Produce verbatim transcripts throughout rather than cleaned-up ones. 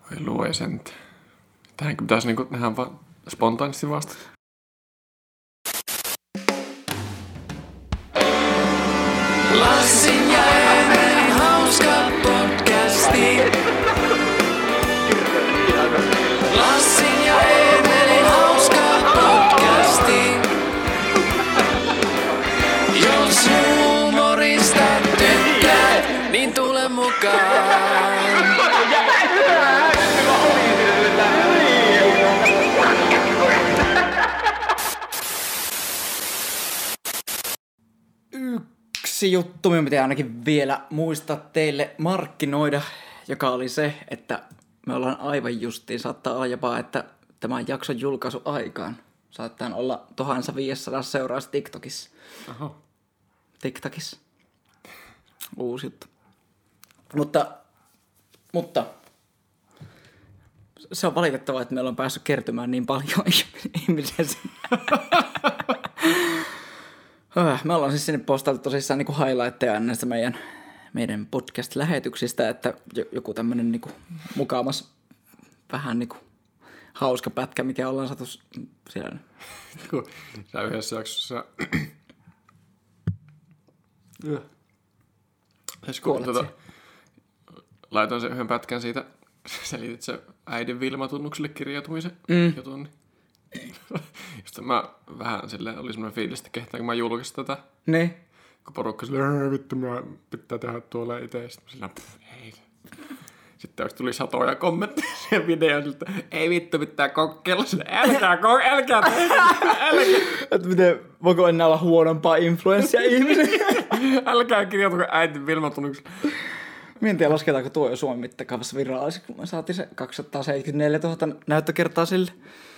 Voi luoja sentään. Tähänkin pitäisi niinku nähdä vaan spontaanisti vastata. Lassin ja Eemelin hauska podcasti. Lassin ja Eemelin hauska podcasti. Jos huumorista tykkäät, niin tule mukaan. Yksi juttu, minun pitää ainakin vielä muistaa teille markkinoida, joka oli se, että me ollaan aivan justiin, saattaa olla jopa, että tämän jakson julkaisu aikaan saattaa olla tuhansa viisisataa seuraavassa TikTokissa. Aha. TikTokissa. Uusi juttu. Mutta, mutta se on valitettavaa, että meillä on päässyt kertymään niin paljon ihmisiä sinne. Me ollaan siis sinne postailtu tosissaan niinku highlightteja näistä meidän, meidän podcast-lähetyksistä, että joku tämmönen niinku mukamas vähän niinku hauska pätkä, mikä ollaan saatu siellä. Kun sä yhdessä jaksossa siis kun tuota, laitoin sen yhden pätkän siitä, selitit se äidin Vilma-tunnukselle kirjautumisen mm. jutun, niin just mä vähän silleen, oli semmoinen fiilis, että kehtäänkö mä julkaisin tätä. Niin. Kun porukka silleen, vittu, mä pitää tehdä tuolla itse. Sitten mä silleen, ei. Sitten tuli satoja kommentteja siihen videoon, että ei vittu, pitää kokeilla. Älkää, ko- älkää, älkää. Että miten, voiko enää olla huonompaa influenssia ihmisiä? Älkää kirjautuko äitin Vilma-tunnukselle. Mä en tiedä, lasketaanko tuo jo Suomen mittakaavassa virallisesti, kun me saatiin se kaksisataaseitsemänkymmentäneljätuhatta näyttökertaa sille.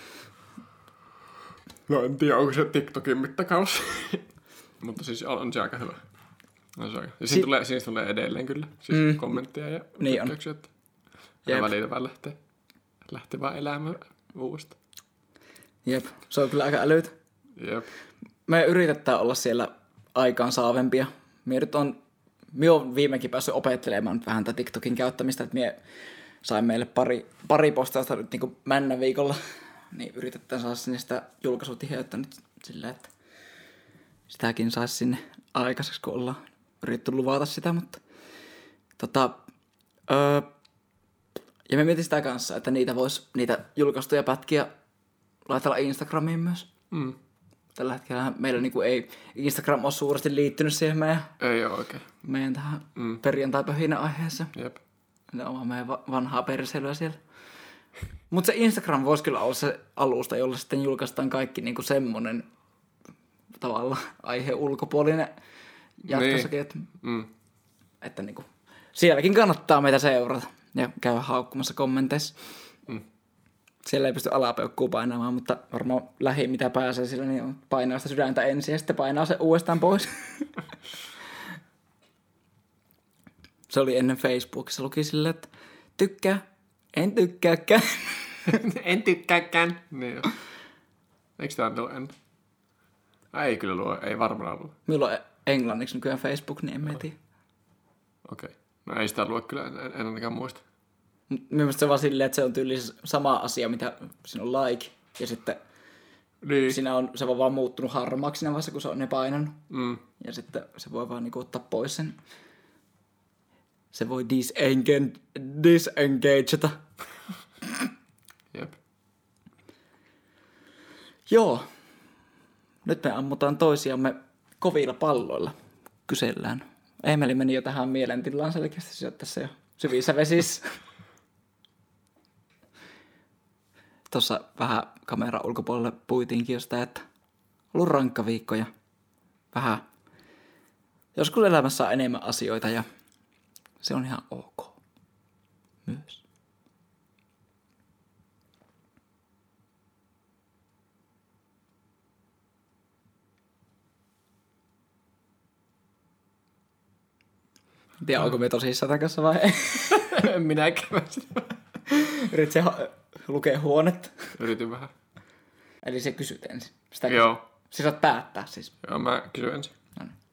No en tiedä, onko se TikTokin mittakaus. Mutta siis on se aika hyvä. On se aika. Ja si- tulee, siis tulee edelleen kyllä. Siis mm. kommentteja ja niin tykkäyksiä. Että ja välillä vaan lähtee, lähtee vaan elämään uudestaan. Jep, se on kyllä aika älytä. Jep. Me yritetään olla siellä aikaansaavempia. Mie nyt on, mie on viimekin päässyt opettelemaan nyt vähän tätä TikTokin käyttämistä, että mie sain meille pari, pari postausta nyt niin kuin männä viikolla. Niin yritetään saada sinne sitä julkaisutiheyttä nyt sillä, että sitäkin saisi sinne aikaiseksi, kun ollaan yritetty luvata sitä, mutta tota, öö, ja me mietin sitä kanssa, että niitä vois, niitä julkaistuja pätkiä laitella Instagramiin myös. Mm. Tällä hetkellä meillä niinku ei Instagram ole suuresti liittynyt siihen meidän, ei ole oikein. meidän tähän mm. perjantai-pöhinä aiheeseen. Jep. Ne on meidän va- vanhaa perseilyä siellä. Mutta se Instagram voisi kyllä olla se alusta, jolla sitten julkaistaan kaikki niinku semmonen tavalla aihe ulkopuolinen jatkossakin, niin. että, mm. että niinku, sielläkin kannattaa meitä seurata ja käydä haukkumassa kommenteissa. Mm. Siellä ei pysty alapeukkuu painamaan, mutta varmaan lähi mitä pääsee sillä, niin painaa sitä sydäntä ensin ja sitten painaa se uudestaan pois. Se oli ennen Facebookissa, luki silleen, että tykkää, en tykkääkään. En tykkääkään. Niin jo. Eikö tämä ole ennen? Ei kyllä luo, ei varmaan ollut. Minulla on englanniksi nykyään Facebook, niin en mä tiedä. Okei. Okay. No ei sitä lue kyllä, en, en ainakaan muista. Mielestäni se on vaan silleen, että se on tyyli sama asia, mitä siinä on like. Ja sitten niin. Siinä on, se on vaan muuttunut harmaaksi siinä vaiheessa, kun se on ne painanut. Mm. Ja sitten se voi vaan niinku ottaa pois sen. Se voi disengage, disengageta. Jep. Joo. Nyt me ammutaan toisiamme kovilla palloilla. Kysellään. Eemeli meni jo tähän mielentilaan selkeästi. Se on tässä jo syvissä vesissä. Tuossa vähän kameran ulkopuolelle puitiinkin jo sitä, että on ollut rankka viikko ja vähän joskus elämässä on enemmän asioita ja se on ihan ok myös. En tiedä, onko me tosissaan tämän kanssa vai ei. En minäkään. Yritit se lukea huonetta. Yritin vähän. Eli se kysyt ensin. Sitä Joo. Kysyt. Sä saat päättää siis. Joo, mä kysyn ensin. No niin.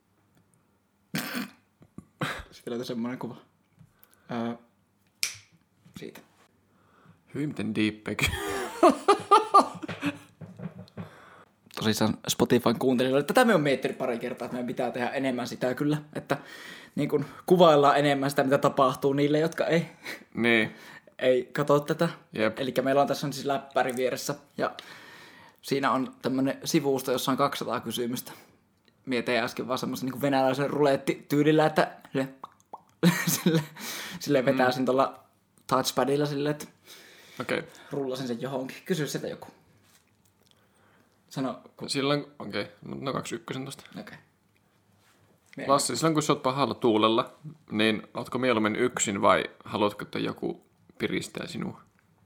Sitten löytyy semmoinen kuva. Öö, siitä. Hyvin miten deeppekin. Tosissaan Spotifyn kuuntelijoille. Tätä me on miettinyt pari kertaa, että meidän pitää tehdä enemmän sitä kyllä. Että niin kun kuvaillaan enemmän sitä, mitä tapahtuu niille, jotka ei, Niin. ei katso tätä. Jep. Eli meillä on tässä on siis läppäri vieressä. Ja siinä on tämmönen sivusto, jossa on kaksisataa kysymystä. Mietin äsken vaan semmoisen niin venäläisen ruleettityylillä, että sille, sille, sille vetäisin mm. tuolla touchpadilla silleen, että Okei. Okay. rullasin sen johonkin. Kysy sitä joku. Sano. Kun... Silloin, okei, okay. no kaksi ykkösen tosta. Okei. Okay. Lassi, silloin kun sä oot pahalla tuulella, niin ootko mieluummin yksin vai haluatko, että joku piristää sinua?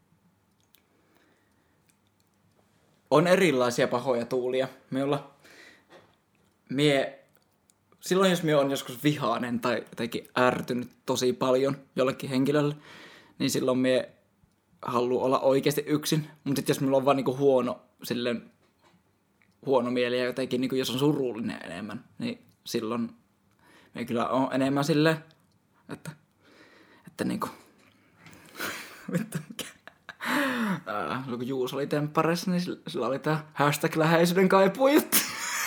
On erilaisia pahoja tuulia. Minulla mie, silloin jos mie on joskus vihainen tai jotenkin ärtynyt tosi paljon jollekin henkilölle, niin silloin mie haluan olla oikeasti yksin. Mutta sitten jos minulla on vaan niinku huono, silleen, huono mieli ja jotenkin, niinku jos on surullinen enemmän, niin silloin mie kyllä on enemmän silleen, että, että niinku, vittu mikä. Äh, kun Juuso oli temppareissa, niin sillä, sillä oli tää hashtag läheisyyden kaipuu juttu.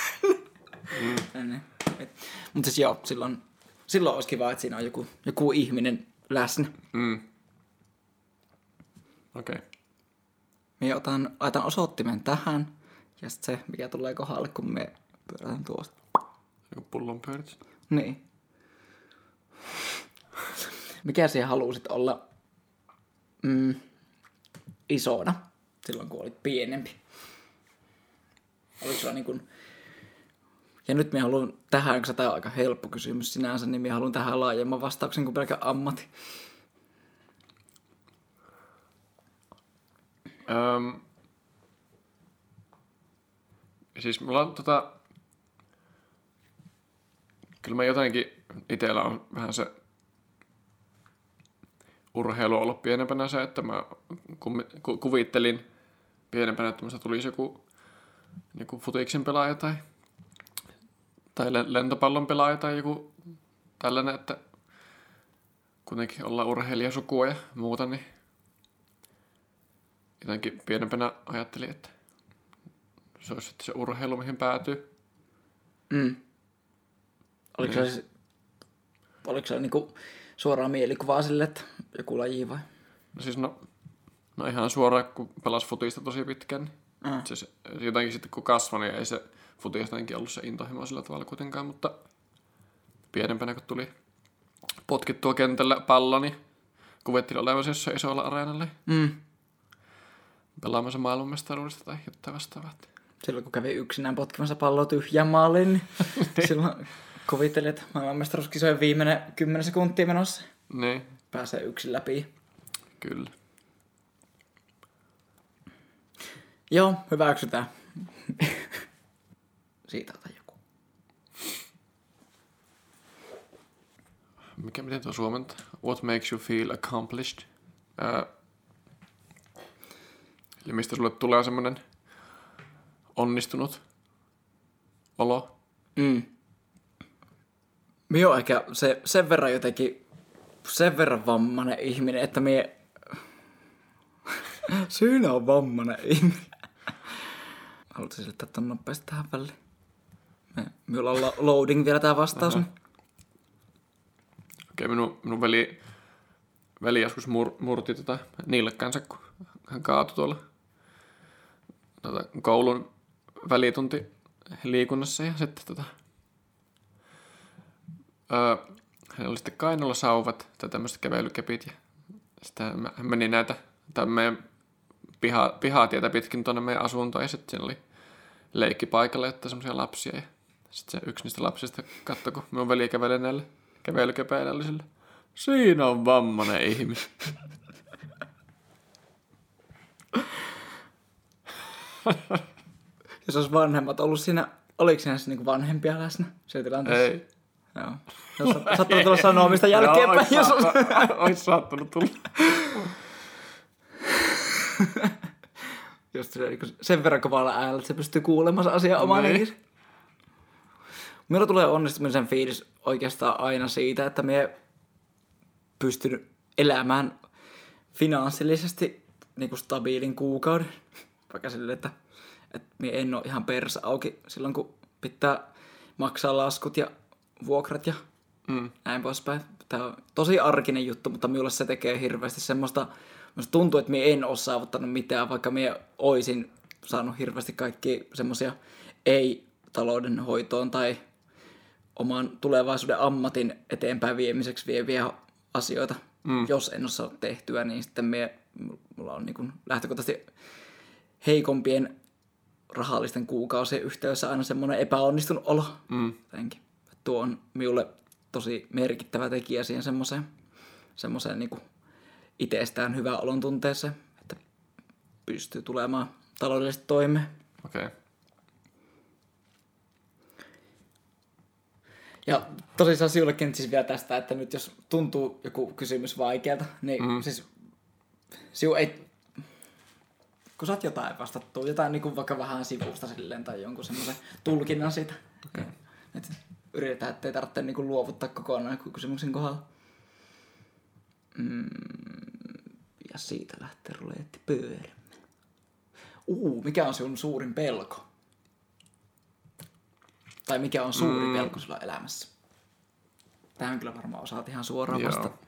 Mm. Mutta siis joo, silloin, silloin olisi kiva, että siinä on joku, joku ihminen läsnä. Mm. Okei. Okay. Minä otan, laitan osoittimen tähän, ja sitten se, mikä tulee kohdalle, kun me pyörätän tuosta. Joku pullon pyöritys. Niin. Mikä siihen halusit olla mm, isona, silloin kun olit pienempi? Oliko sulla niin kuin... Ja nyt minä haluan tähän, koska tämä on aika helppo kysymys sinänsä, niin minä haluan tähän laajemman vastauksen kuin pelkän ammatti. Öm, siis mulla on tota... Kyllä mä jotenkin itsellä on vähän se urheilu ollut pienempänä se, että mä ku, kuvittelin pienempänä, että musta tulisi joku, joku futiksen pelaaja tai, tai lentopallon pelaaja tai joku tällainen, että kuitenkin ollaan urheilijasukua ja muuta, niin jotenkin pienempänä ajattelin, että se olisi se urheilu, mihin päätyy. Mm. Oliko se, siis, oliko se niinku suoraan mielikuvaa sille, että joku laji vai? No siis no, no ihan suoraan, kun pelas futista tosi pitkään, niin Mm. se, se, jotenkin sitten kun kasvoi, niin ei se futista jotenkin ollut se intohimo sillä tavalla kuitenkaan, mutta pienempänä kun tuli potkittua kentällä pallo, niin kuvittelin olevansa jossain isolla areenalla Mm. pelaamassa maailmanmestaruudesta tai jotain vastaavaa. Silloin kun kävi yksinään potkimassa palloa tyhjään maaliin, niin silloin kuvittelin, että maailmanmestaruuskisojen viimeinen kymmenen sekuntia menossa. Niin, Pääsee yksin läpi. kyllä. Joo, hyväksytään. Siitä ota joku. Mikä, miten tuo suomenta? What makes you feel accomplished? Ää, eli mistä sulle tulee semmonen onnistunut olo? Mm. Mie on ehkä se, sen verran jotenkin, sen verran vammainen ihminen, että mie... Syynä on vammainen ihminen. Haluatko selittää ton nopeasti tähän väliin? Me, minulla on lo- loading vielä tää vastaus. Okei, okay, minun, minun veli, veli joskus mur, murti tota nilkkänsä, kun hän kaatui tuolla tota, koulun välitunti liikunnassa ja sitten tota, öö, hänellä oli sitten kainalla sauvat tai tämmöiset kävelykepit ja sitten hän meni näitä tämän meidän piha, pihatietä pitkin tuonne meidän asuntoon ja sitten siinä oli leikkipaikalle, että semmoisia lapsia ja sitten se yksi niistä lapsista katsoi, kun minun veli käveli näille kävelykepeillä oli sille, siinä on vammainen ihminen. Jos olisi vanhemmat ollut siinä, oliko siinä niinku vanhempia läsnä? Se tilanteessa? Ei. Joo. Jos saattanut tulla sanomista jälkeenpäin. Joo, Jos ois, sa- ois saattanut tulla. Just sen verran kovalla äänellä, että se pystyy kuulemaan asiaa oman Niin. henkensä. Minulla tulee onnistumisen fiilis oikeastaan aina siitä, että minä pystyn elämään finanssillisesti niin kuin stabiilin kuukauden. Vaikka silleen, että, että minä en ole ihan persa auki silloin, kun pitää maksaa laskut ja vuokrat ja mm. näin poispäin. Tämä on tosi arkinen juttu, mutta minulle se tekee hirveästi semmoista, minusta tuntuu, että minä en ole saavuttanut mitään, vaikka minä olisin saanut hirveästi kaikkia semmoisia ei-taloudenhoitoon tai oman tulevaisuuden ammatin eteenpäin viemiseksi vieviä asioita. Mm. Jos en osaa tehtyä, niin sitten minä, mulla on niin kuin lähtökohtaisesti heikompien rahallisten kuukausien yhteydessä aina semmoinen epäonnistunut olo. Mm. Tuo on minulle tosi merkittävä tekijä siihen semmoiseen, semmoiseen niin kuin itsestään hyvään olon tunteeseen, että pystyy tulemaan taloudellisesti toimeen. Okei. Okay. Ja tosissaan sinullekin siis vielä tästä, että nyt jos tuntuu joku kysymys vaikealta, niin mm. siis siu ei, kun saat jotain vastattua, jotain niin kuin vaikka vähän sivusta silleen tai jonkun semmoisen tulkinnan siitä. Okay. Että yritetään, ettei tarvitse niin kuin luovuttaa kokonaan kysymyksen kohdalla. Mm, ja siitä lähtee ruleetti pyörimään. Uu, mikä on sinun suurin pelko? Tai mikä on suuri mm. pelko sulla elämässä? Tähän kyllä varmaan osaat ihan suoraan Joo. vastata.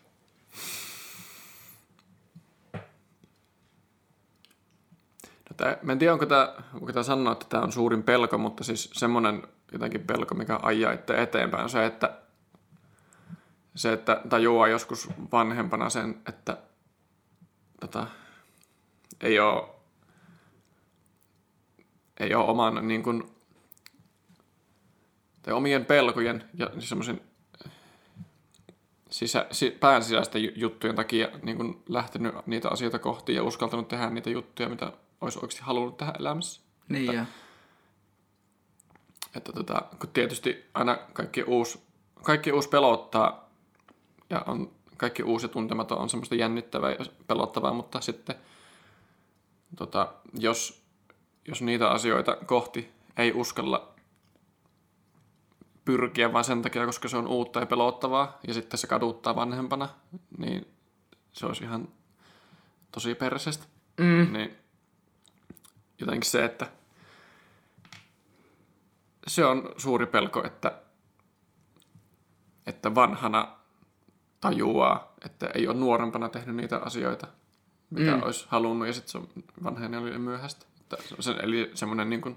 No tää, mä en tiedä, onko tämä, onko tämä sanoa, että tämä on suurin pelko, mutta siis semmoinen jotenkin pelko, mikä ajaa itse eteenpäin, on se, että, se, että tajuaa joskus vanhempana sen, että tota, ei ole, ei ole oman niin kuin, tai omien pelkojen ja semmoisen sisä, si, pään sisäisten juttujen takia niin kun lähtenyt niitä asioita kohti ja uskaltanut tehdä niitä juttuja, mitä olisi oikeasti halunnut tehdä elämässä. Niin että, että tota, kun tietysti aina kaikki uusi, kaikki uusi pelottaa ja on, kaikki uusi ja tuntematon on semmoista jännittävää ja pelottavaa, mutta sitten tota, jos, jos niitä asioita kohti ei uskalla pyrkiä vaan sen takia, koska se on uutta ja pelottavaa, ja sitten se kaduttaa vanhempana, niin se olisi ihan tosi perseestä. Mm. Niin jotenkin se, että se on suuri pelko, että, että vanhana tajuaa, että ei ole nuorempana tehnyt niitä asioita, mitä mm. olisi halunnut, ja sitten se on vanheni oli myöhäistä. Se, eli semmoinen niin kuin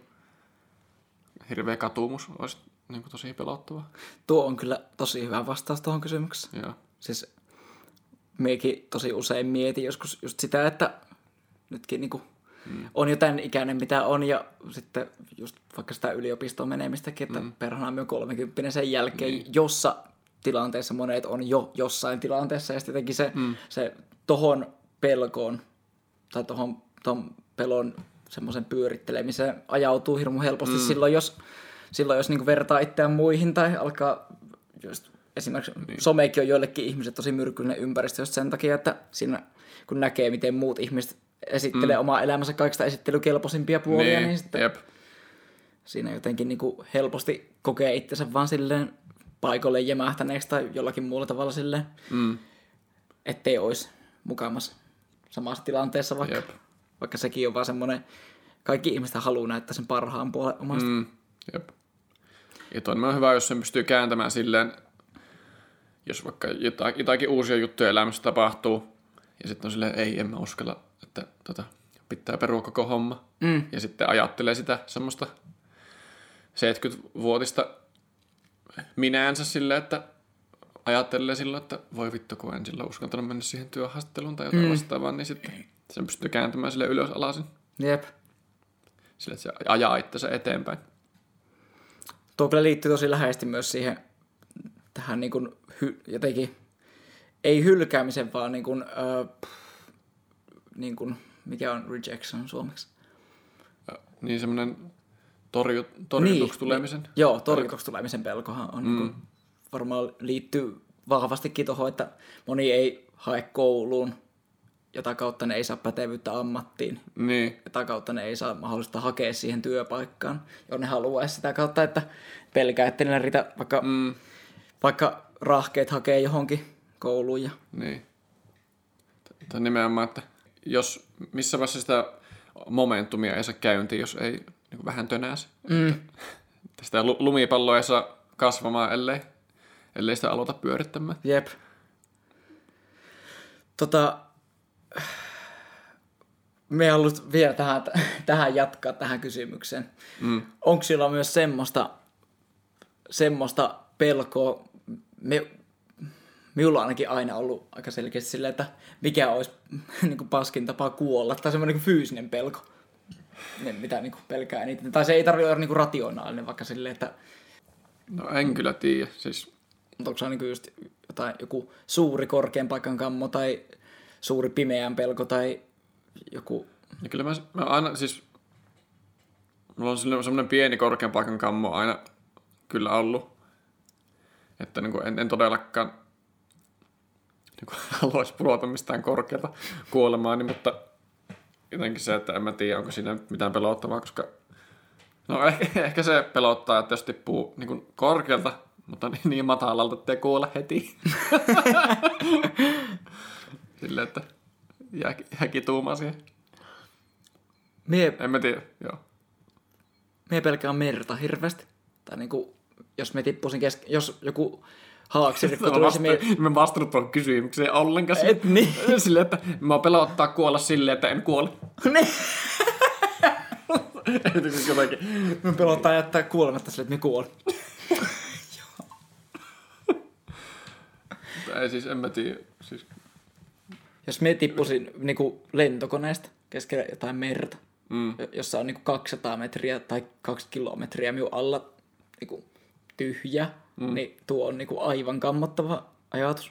hirveä katumus olisi niin kuin tosi pelottavaa. Tuo on kyllä tosi hyvä vastaus tuohon kysymykseen. Joo. Siis miekin tosi usein mietin joskus just sitä, että nytkin niin kuin mm. on jo tämän ikäinen mitä on ja sitten just vaikka sitä yliopistoon menemistäkin, että mm. perhana on jo kolmekymppinen sen jälkeen, niin. jossa tilanteessa monet on jo jossain tilanteessa ja sitten jotenkin se, mm. se tohon pelkoon tai tohon, tohon pelon semmoisen pyörittelemiseen ajautuu hirmu helposti mm. silloin, jos Silloin jos niinku vertaa itseään muihin tai alkaa, just esimerkiksi niin. somekin on joillekin ihmiset tosi myrkyllinen ympäristö just sen takia, että siinä kun näkee, miten muut ihmiset esittelee mm. omaa elämänsä kaikista esittelykelpoisimpia puolia, niin, niin sitten Jep. siinä jotenkin niinku helposti kokee itsensä vaan silleen paikoille jämähtäneeksi tai jollakin muulla tavalla silleen, mm. ettei olisi mukamassa samassa tilanteessa, vaikka, vaikka sekin on vaan semmoinen, kaikki ihmiset haluaa näyttää sen parhaan puolen omasta. Mm. Jep. Ja toinen on hyvä, jos sen pystyy kääntämään silleen, jos vaikka jotain, jotakin uusia juttuja elämässä tapahtuu, ja sitten on silleen, ei, en mä uskalla, että tota, pitää perua koko homma. Mm. Ja sitten ajattelee sitä semmoista seitsemänkymmentävuotista minäänsä silleen, että ajattelee silloin, että voi vittu, kun en silloin uskaltanut mennä siihen työhaastatteluun tai jotain mm. vastaavaa, niin sitten sen pystyy kääntämään silleen ylös alasin. Jep. Silleen, että se ajaa itsensä eteenpäin. Tuo kyllä liittyy tosi läheisesti myös siihen tähän niin kuin hy, jotenkin, ei hylkäämisen, vaan niin kuin, äh, niin kuin, mikä on rejection suomeksi? Ja, niin semmoinen torju, torjutuksi niin, tulemisen. Niin, joo, torjutuksi tulemisen pelkohan on, mm. niin kuin, varmaan liittyy vahvastikin tuohon, että moni ei hae kouluun, jota kautta ne ei saa pätevyyttä ammattiin. Niin. Jota kautta ne ei saa mahdollista hakea siihen työpaikkaan, jonne haluaisi sitä kautta, että pelkää, että niillä riitä vaikka, mm. vaikka rahkeet hakee johonkin kouluun. Ja... Niin. Tai nimenomaan, että jos missä vaiheessa sitä momentumia ei saa käyntiin, jos ei niin vähän tönääsi. Mm. Että, että sitä lumipalloa ei saa kasvamaan, ellei, ellei sitä aloita pyörittämään. Jep. Tota, me haluaisin vielä tähän, tähän jatkaa tähän kysymykseen. Mm. Onko sillä myös semmoista, semmoista pelkoa, me, minulla on ainakin aina ollut aika selkeästi silleen, että mikä olisi niin kuin paskin tapa kuolla, tai semmoinen niin fyysinen pelko, ne, mitä niin kuin pelkää eniten. Tai se ei tarvitse olla niin kuin rationaalinen, vaikka silleen, että... No en kyllä tiedä, siis... Mutta onko se niin kuin just jotain, joku suuri korkean paikan kammo, tai suuri pimeän pelko, tai joku... Ja kyllä mä, mä aina, siis... Mulla on semmoinen pieni korkean paikan kammo aina kyllä ollut. Että niin kuin en, en todellakaan niin kuin haluaisi pudota mistään korkealta kuolemaa, niin, mutta jotenkin se, että en mä tiedä, onko siinä mitään pelottavaa, koska no ehkä, ehkä se pelottaa, että jos tippuu niin kuin korkealta, mutta niin, niin matalalta, ettei kuole heti. Silleen, että jää, jää kituumaan siihen. Mie, en mä tiedä, joo. Mie pelkään merta hirveästi. Tai niinku, jos me tippuisin kesken, jos joku haaksirikko tulisi... Mä en vastannut tuohon kysymykseen ollenkaan. Et niin. Silleen, että mä pelottaa kuolla silleen, että en kuole. Niin. Mä pelottaa jättää kuolematta silleen, että me kuolen. Ei siis, en mä tiedä. Siis... Jos me tippuisin niinku lentokoneesta keskellä jotain merta, mm. jossa on niinku kaksisataa metriä tai kaksi kilometriä minun alla niinku tyhjä, mm. niin tuo on niinku aivan kammottava ajatus.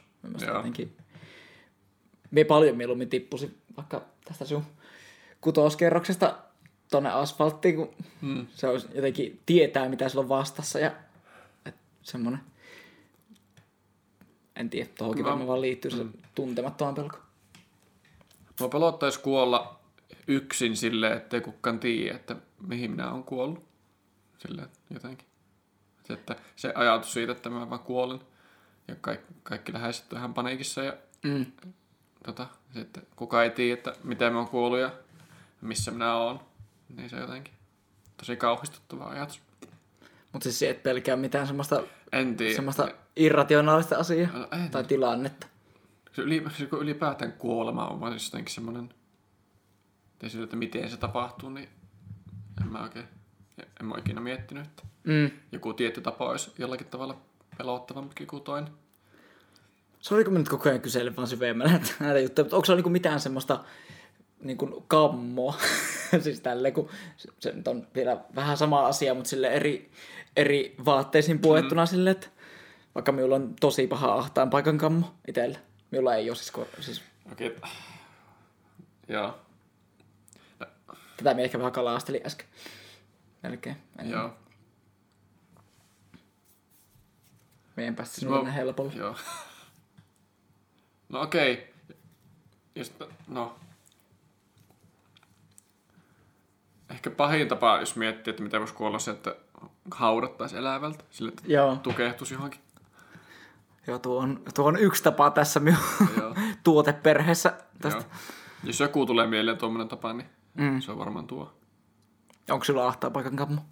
Me paljon mieluummin tippuisin vaikka tästä sun kutoskerroksesta tonne asfalttiin, kun mm. se olisi jotenkin tietää, mitä sulla on vastassa ja semmoinen. En tiedä, tohonkin varmaan vaan liittyy se mm. tuntemattoman pelko. Mua pelottaisi kuolla yksin silleen, ettei kukaan tiedä, että mihin minä olen kuollut. Silleen jotenkin. Se, että se ajatus siitä, että mä vaan kuolen ja kaikki, kaikki läheiset on ihan paniikissa ja mm. tota, sitten kukaan ei tiedä, että miten mä oon kuollut ja missä minä oon. Niin se jotenkin tosi kauhistuttava ajatus. Mutta siis et pelkää mitään semmoista, en tiedä. semmoista irrationaalista asiaa no, tai tilannetta. Se yli, ylipäätään kuolema on vaan jotenkin semmoinen, että miten se tapahtuu, niin en mä oikein, en mä ikinä miettinyt, että mm. joku tietty tapa olisi jollakin tavalla pelottavampi kuin toinen. Sorry, kun mä nyt koko ajan kyselen vaan syvemmällä näitä juttuja, mutta onko se niin mitään semmoista niin kuin kammoa, siis tälleen, kun se nyt on vielä vähän sama asia, mutta sille eri, eri vaatteisiin puettuna mm. silleen, että vaikka minulla on tosi paha ahtaan paikan kammo itsellä. Minulla ei ole siis... siis... Okei. Okay. Joo. No. Tätä minä ehkä vähän kalaastelin äsken. Melkein. En Joo. Meidän päästä sinulle no, helpolla. Joo. No okei. Okay. Just, no. Ehkä pahin tapa, jos miettii, että miten voisi kuolla se, että haudattaisi elävältä. Sille, että Joo. tukehtuisi johonkin. Joo, tuo on, tuo on yksi tapa tässä minun tuoteperheessä. Tästä. Jos joku tulee mieleen tuommoinen tapa, niin mm. se on varmaan tuo. Onko sulla ahtaa paikan kammo?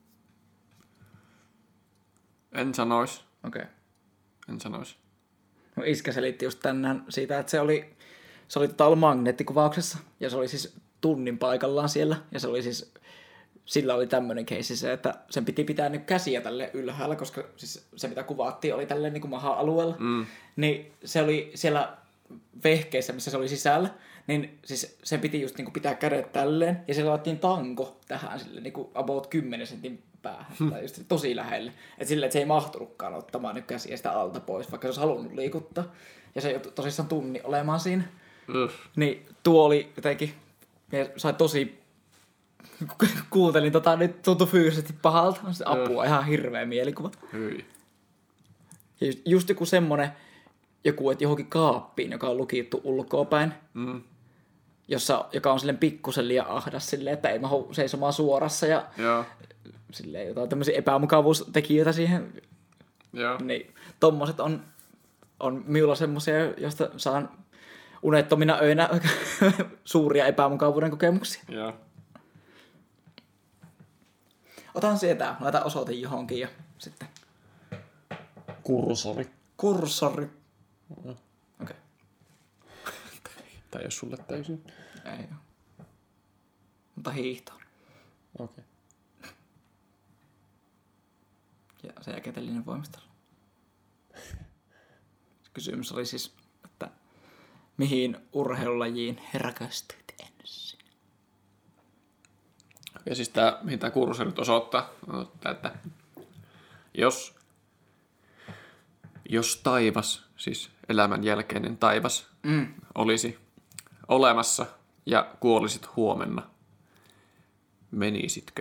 En sanois. Okei. Okay. En sanois. No iskä selitti just tänään siitä, että se oli, se oli tota ollut magneettikuvauksessa. Ja se oli siis tunnin paikallaan siellä. Ja se oli siis... Sillä oli tämmöinen keissi se, että sen piti pitää nyt käsiä tälle ylhäällä, koska siis se mitä kuvattiin oli tälleen niin kuin maha-alueella. Mm. Niin se oli siellä vehkeissä, missä se oli sisällä, niin siis sen piti just niin kuin pitää kädet tälleen. Ja siellä laitettiin tanko tähän sille niin kuin about kymmenen sentin päähän, hmm. tai just tosi lähelle. Että silleen, että se ei mahtunutkaan ottamaan nyt käsiä sitä alta pois, vaikka se olisi halunnut liikuttaa. Ja se joutui tosissaan tunni olemaan siinä. Mm. Niin tuo oli jotenkin, sai tosi... Kuuntelin tota, nyt tuntui fyysisesti pahalta. Se apua, mm. ihan hirveä mielikuva. Hyi. Ja just, just joku semmonen, joku, että johonkin kaappiin, joka on lukittu ulkoapäin, mm. jossa, joka on silleen pikkusen liian ahdas silleen, että ei mahu seisomaan suorassa ja Joo. silleen jotain tämmöisiä epämukavuustekijöitä siihen. Joo. Niin tommoset on, on minulla semmosia, joista saan unettomina öinä suuria epämukavuuden kokemuksia. Joo. Otan sieltä, laita osoite johonkin ja sitten Kursori. kursori. Okei. Okay. Tai jos sulle täysin. Ei oo. Mutta hiihtoon. Okei. Okay. Ja sen jälkeen telinen voimistelu. Kysymys oli siis, että mihin urheilulajiin he rakastuit ensin? Ja siis tää, mihin tää kursori nyt osoittaa, on, että jos, jos taivas, siis elämän jälkeinen taivas, mm. olisi olemassa ja kuolisit huomenna, menisitkö?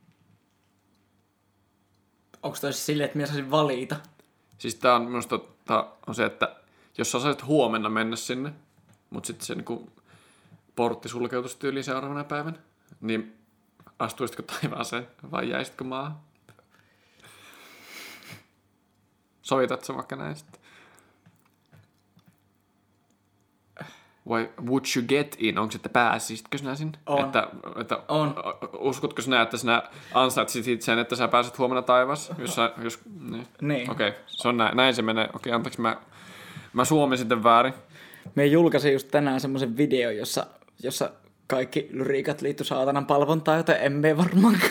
Onko toi siis silleen, että minä saisin valita? Siis tää on minusta tää on se, että jos sä saisit huomenna mennä sinne, mutta sitten se niinku portti sulkeutuisi tyyliin seuraavana päivänä, niin astuisitko taivaaseen vai jäisitkö maahan? Sovitatko vaikka näin sitten? Vai would you get in? Onko se, että pääsisitkö sinä sinne? On. Että, että, On. Uskotko sinä, että sinä ansaitsit sen, että sä pääset huomenna taivaassa? Jos sä, jos, niin. Niin. Okei, okay, se on näin, näin se menee. Okei, okay, anteeksi, mä, mä suomin sitten väärin. Me julkaisin just tänään semmoisen video, jossa, jossa kaikki lyriikat liittyy saatanan palvontaan, joten emme varmaankaan.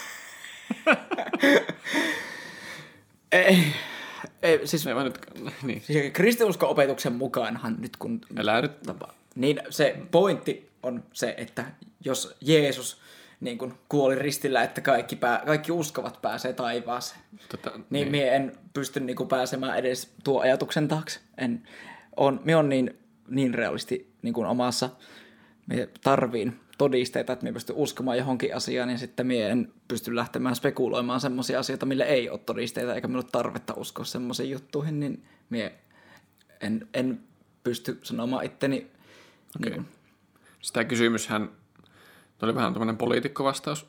ei, ei, siis, Ei vaan nyt, niin. siis kristinusko-opetuksen mukaanhan nyt kun... Älä nyt. Niin se pointti on se, että jos Jeesus niin kun kuoli ristillä, että kaikki, pää, kaikki uskovat pääsee taivaaseen, Tota, niin, niin. mie en pysty niin kun pääsemään edes tuo ajatuksen taakse. En, on, mie on niin, niin realisti niin kun omassa, mie tarviin todisteita, että mie pystyn uskomaan johonkin asiaan, ja sitten mie en pysty lähtemään spekuloimaan semmoisia asioita, mille ei ole todisteita, eikä minulla ole tarvetta uskoa semmoisiin juttuihin, niin mie en, en pysty sanomaan itteni. Okei. Niin, Sitä kysymyshän tuli vähän tämmöinen poliitikkovastaus.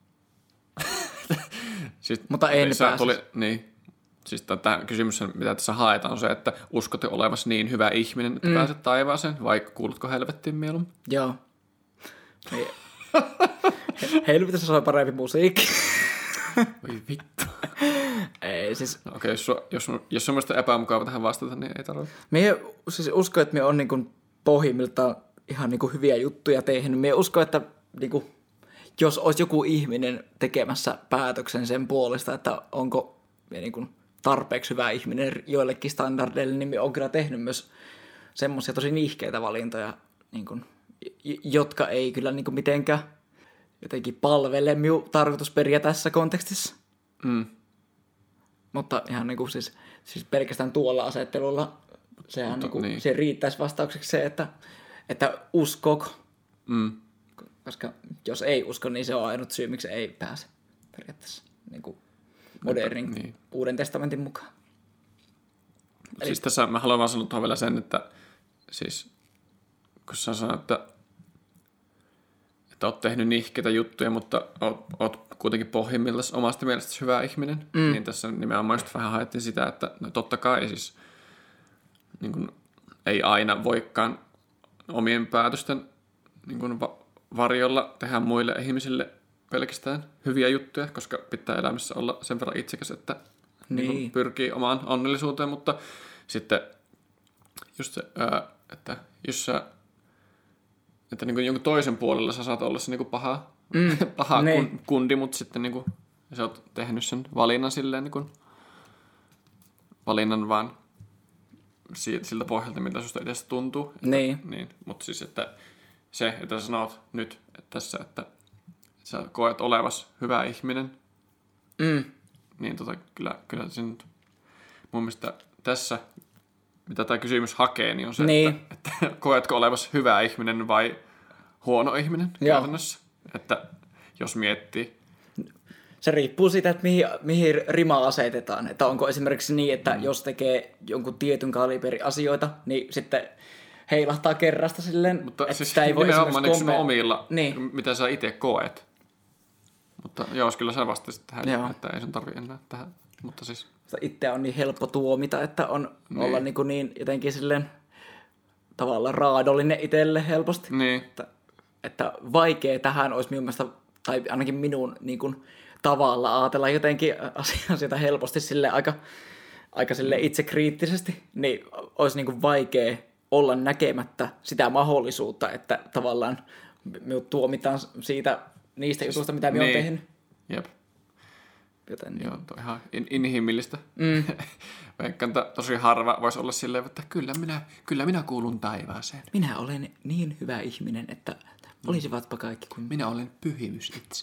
siis, Mutta en se pääsisi. tuli, niin. Siis tämä kysymys, mitä tässä haetaan, on se, että uskotko olevasi niin hyvä ihminen, että mm. pääset taivaaseen, vai kuulutko helvettiin mieluummin? joo. Niin. Helvetissä soi parempi musiikki. Voi vittu. Ei siis... Okei, okay, jos, jos, jos on mielestä epämukava tähän vastata, niin ei tarvitse. Mie siis uskon, että me on niin pohjimmiltaan ihan niin hyviä juttuja tehnyt. Mie uskon, että niin kuin, jos olisi joku ihminen tekemässä päätöksen sen puolesta, että onko mie niin kuin tarpeeksi hyvä ihminen joillekin standardeille, niin mie on kyllä tehnyt myös semmoisia tosi nihkeitä valintoja, niin kuin, jotka ei kyllä niin kuin mitenkään jotenkin palvele minun tarkoitusperiä tässä kontekstissa. Mm. Mutta ihan niin kuin siis, siis pelkästään tuolla asettelulla sehän Mutta, niin kuin, niin. se riittäisi vastaukseksi se, että, että uskoko. Mm. Koska jos ei usko, niin se on ainut syy, miksi ei pääse periaatteessa niin kuin modernin Että, niin. Uuden testamentin mukaan. Eli... Siis tässä mä haluan vaan sanoa tuohon vielä sen, että siis kun sä sanoit, että, että oot tehnyt nihkeitä juttuja, mutta oot, oot kuitenkin pohjimmiltaan omasta mielestäsi hyvä ihminen, mm. niin tässä nimenomaan just vähän haettiin sitä, että no totta kai siis niin kun, ei aina voikaan omien päätösten niin kun va- varjolla tehdä muille ihmisille pelkästään hyviä juttuja, koska pitää elämässä olla sen verran itsekäs, että niin. Niin kun pyrkii omaan onnellisuuteen, mutta sitten just se, ää, että jos sä että niin kuin jonkun toisen puolella sä saat olla se niin kuin paha, mm, paha kun, kundi, mutta sitten niin kuin, sä oot tehnyt sen valinnan silleen niin kuin, valinnan vaan siltä pohjalta, mitä susta edes tuntuu. Että, niin. niin. Mutta siis, että se, että sä sanot nyt että tässä, että sä koet olevas hyvä ihminen, Mm. niin tota, kyllä, kyllä se nyt mun mielestä tässä, mitä tämä kysymys hakee, niin on se, niin. että, että koetko olevasi hyvä ihminen vai huono ihminen Joo. käytännössä. Että jos miettii. Se riippuu siitä, että mihin, mihin rima asetetaan. Että onko esimerkiksi niin, että mm. jos tekee jonkun tietyn kaliberin asioita, niin sitten heilahtaa kerrasta silleen, mutta että siis sitä ei voi nimenomaan esimerkiksi komme... komme... omilla, niin. mitä sä itse koet. Mutta joo, kyllä sä vastasit tähän, Joo. että ei sun tarvitse enää tähän. Mutta siis... Itseä on niin helppo tuomita, että on niin. olla niin, niin jotenkin silleen tavallaan raadollinen itselle helposti. Niin. Että, että vaikea tähän olisi minun mielestä, tai ainakin minun niin kuin, tavalla ajatella jotenkin asioita helposti sille aika, aika sille itsekriittisesti, niin olisi niin kuin vaikea olla näkemättä sitä mahdollisuutta, että tavallaan minut tuomitaan siitä niistä jutuista, mitä minä niin. olen tehnyt. Jep. Joten, niin. Joo, tuo on ihan in- inhimillistä. Mm. Veikkaan, että tosi harva voisi olla silleen, että kyllä minä, kyllä minä kuulun taivaaseen. Minä olen niin hyvä ihminen, että olisivatpa kaikki kuin minä. Minä olen pyhimys itse.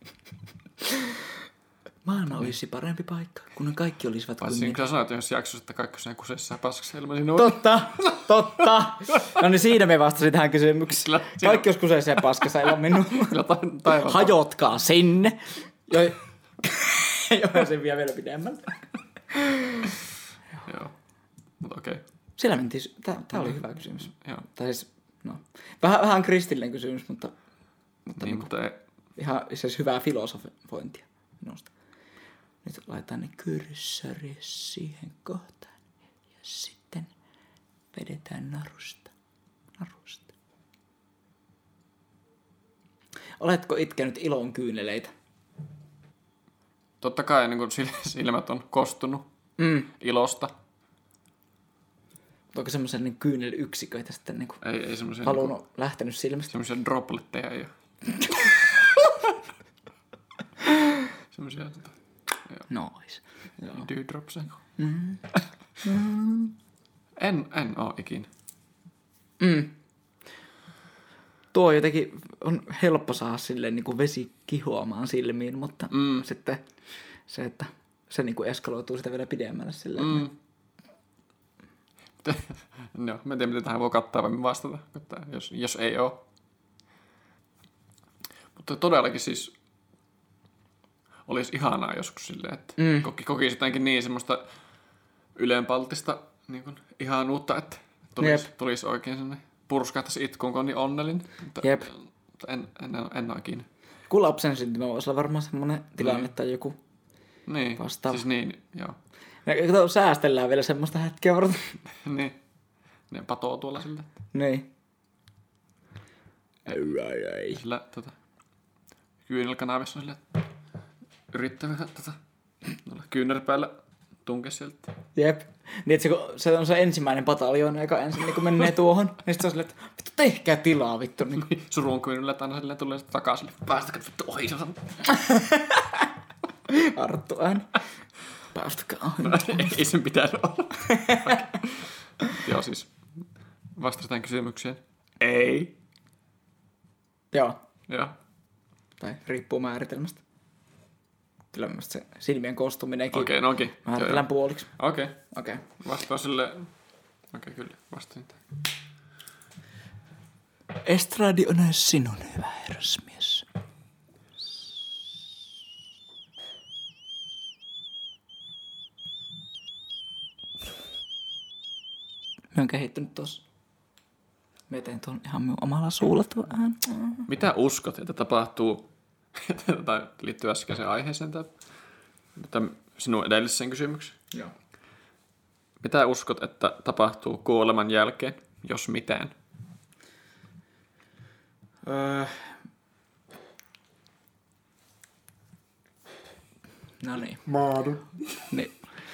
Maailma olisi parempi paikka, kun kaikki olisivat kuin Varsinkin minä. kun sä sanoit yhdessä jaksossa, että kaikki on siinä kusessa ja paskassa ilman sinua. Totta, totta. No niin siinä me vastasin tähän kysymykseen. Kyllä, Kaikki olisi kuseessa ja paskassa ilman minua. Kyllä ta- taivaan. Hajotkaa sinne. Jo, jo sen vie vielä pidemmälle. Joo, mutta okei. Okay. Siellä mentiin, tää, tää oli hyvä kysymys. Joo. Tai siis, no, vähän, vähän kristillinen kysymys, mutta, mutta Niin, niin, mutta ei, ihan siis hyvää filosofointia minusta. Nyt laitetaan ne kyrsäri siihen kohtaan ja sitten vedetään narusta. Narusta. Oletko itkenyt ilon kyyneleitä? totta kai niin kun silmät on kostunut Mm. ilosta. Onko semmoisen niin kyynelyksiköitä sitten niin kuin Ei, ei semmoisia valunut, niinku, lähtenyt silmistä? semmoisia dropletteja ei ole. semmoisia tota, Nois. Joo. dewdropseja. Mm. En, en oo ikinä. Mm. Tuo jotenkin on helppo saada silleen niin kuin vesi kihoamaan silmiin, mutta Mm. sitten se, että se niin kuin eskaloituu sitä vielä pidemmälle silleen. Mm. No, mä en tiedä, miten tähän voi kattaa vai vastata, kattaa, jos, jos ei oo. Mutta todellakin siis olisi ihanaa joskus silleen, että Mm. koki, kokisi jotenkin niin semmoista ylenpalttista niin kuin ihanuutta, että tulisi, tulisi oikein sellainen purskahtaisi itkuun, kun on niin onnellinen. Mutta, Jep. mutta en, en, en, en ole ikinä. Kun lapsen syntymä voisi olla varmaan semmoinen tilanne Niin. tai joku. Niin, Vastaava. siis niin, joo. Ja kato, säästellään vielä semmoista hetkeä varten. niin, ne patoo tuolla sillä, Niin. Ai, ai, ai. sillä tota, kyynelkanavissa on sillä, että yrittää vähän tota, noilla kyynärpäällä tunkea sieltä. Jep. Niin, että se, kun se on se ensimmäinen pataljoona, joka ensin niin kun menee tuohon, niin sitten se on silleen, että vittu, tehkää tilaa, vittu. Niin kuin. Surun kyynelät aina silleen tulee sitten takaa silleen, päästäkää vittu ohi. Arttu ääni. Päästäkää ohi. Ei sen pitäisi olla. Joo, siis vastataan kysymykseen. Ei. Joo. Joo. Tai riippuu määritelmästä. Kyllä mielestäni se silmien kostuminenkin. Okei, no okei. Määritellään puoliksi. Okei. Okei. Okay. Vastaan sille. Okei, kyllä. Vastasin tähän. Estradi on sinun hyvä herrasmies. Mä oon kehittynyt tossa. Mä teen tuon ihan minun omalla suulla tuon ään. Mitä uskot, että tapahtuu, tai liittyy äskeiseen aiheeseen, tai tai sinun edelliseen kysymykseen? Joo. Mitä uskot, että tapahtuu kuoleman jälkeen, jos mitään? Öö. No niin. Maadu. Niin.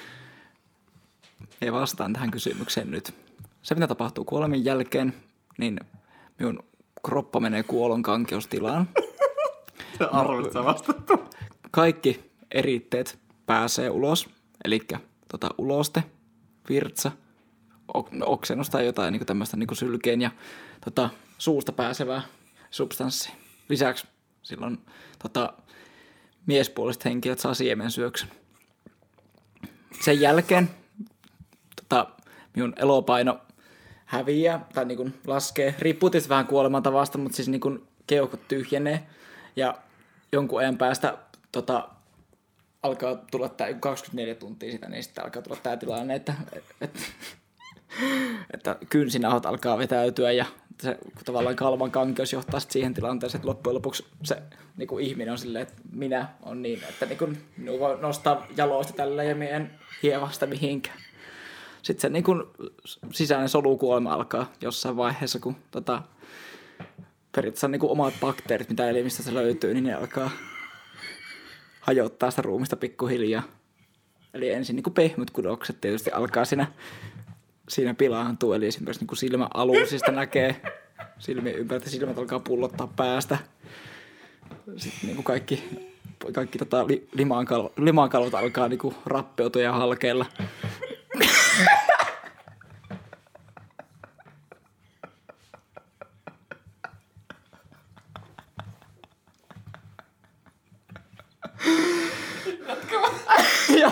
Ja vastaan tähän kysymykseen nyt. Se, mitä tapahtuu kuoleman jälkeen, niin minun kroppa menee kuolon kankeustilaan. Arvoit sä vastattu. Kaikki eritteet pääsee ulos, eli tota, uloste, virtsa, ok, oksennus tai jotain niin tämmöistä niin sylkeen ja tota, suusta pääsevää substanssia. Lisäksi silloin tota, miespuoliset henkilöt saa siemensyöksyn. Sen jälkeen tota, minun elopaino häviää tai niin kuin laskee. Riippuu tietysti vähän kuolemantavasta, mutta siis niin kuin keuhkot tyhjenee ja jonkun ajan päästä tota, alkaa tulla tämä kaksikymmentäneljä tuntia sitä, niin sitten alkaa tulla tämä tilanne, että, että, että kynsinauhat alkaa vetäytyä ja se tavallaan kalvan kankeus johtaa siihen tilanteeseen, että loppujen lopuksi se niin kuin ihminen on silleen, että minä on niin, että niin kuin, minun voi nostaa jaloista tällä ja minä en hieva sitä mihinkään. sitten se niin kuin sisäinen solukuolema alkaa jossain vaiheessa, kun tota, periaatteessa niin kuin omat bakteerit, mitä elimistä se löytyy, niin ne alkaa hajottaa sitä ruumista pikkuhiljaa. Eli ensin niin kuin pehmyt kudokset tietysti alkaa siinä, siinä pilaantua, eli esimerkiksi niin kuin silmäaluusista näkee silmien ympäriltä, silmät alkaa pullottaa päästä. Sitten niin kuin kaikki, kaikki tota, li, limaankalvot, limaankalvot alkaa niin kuin rappeutua ja halkeilla. ja,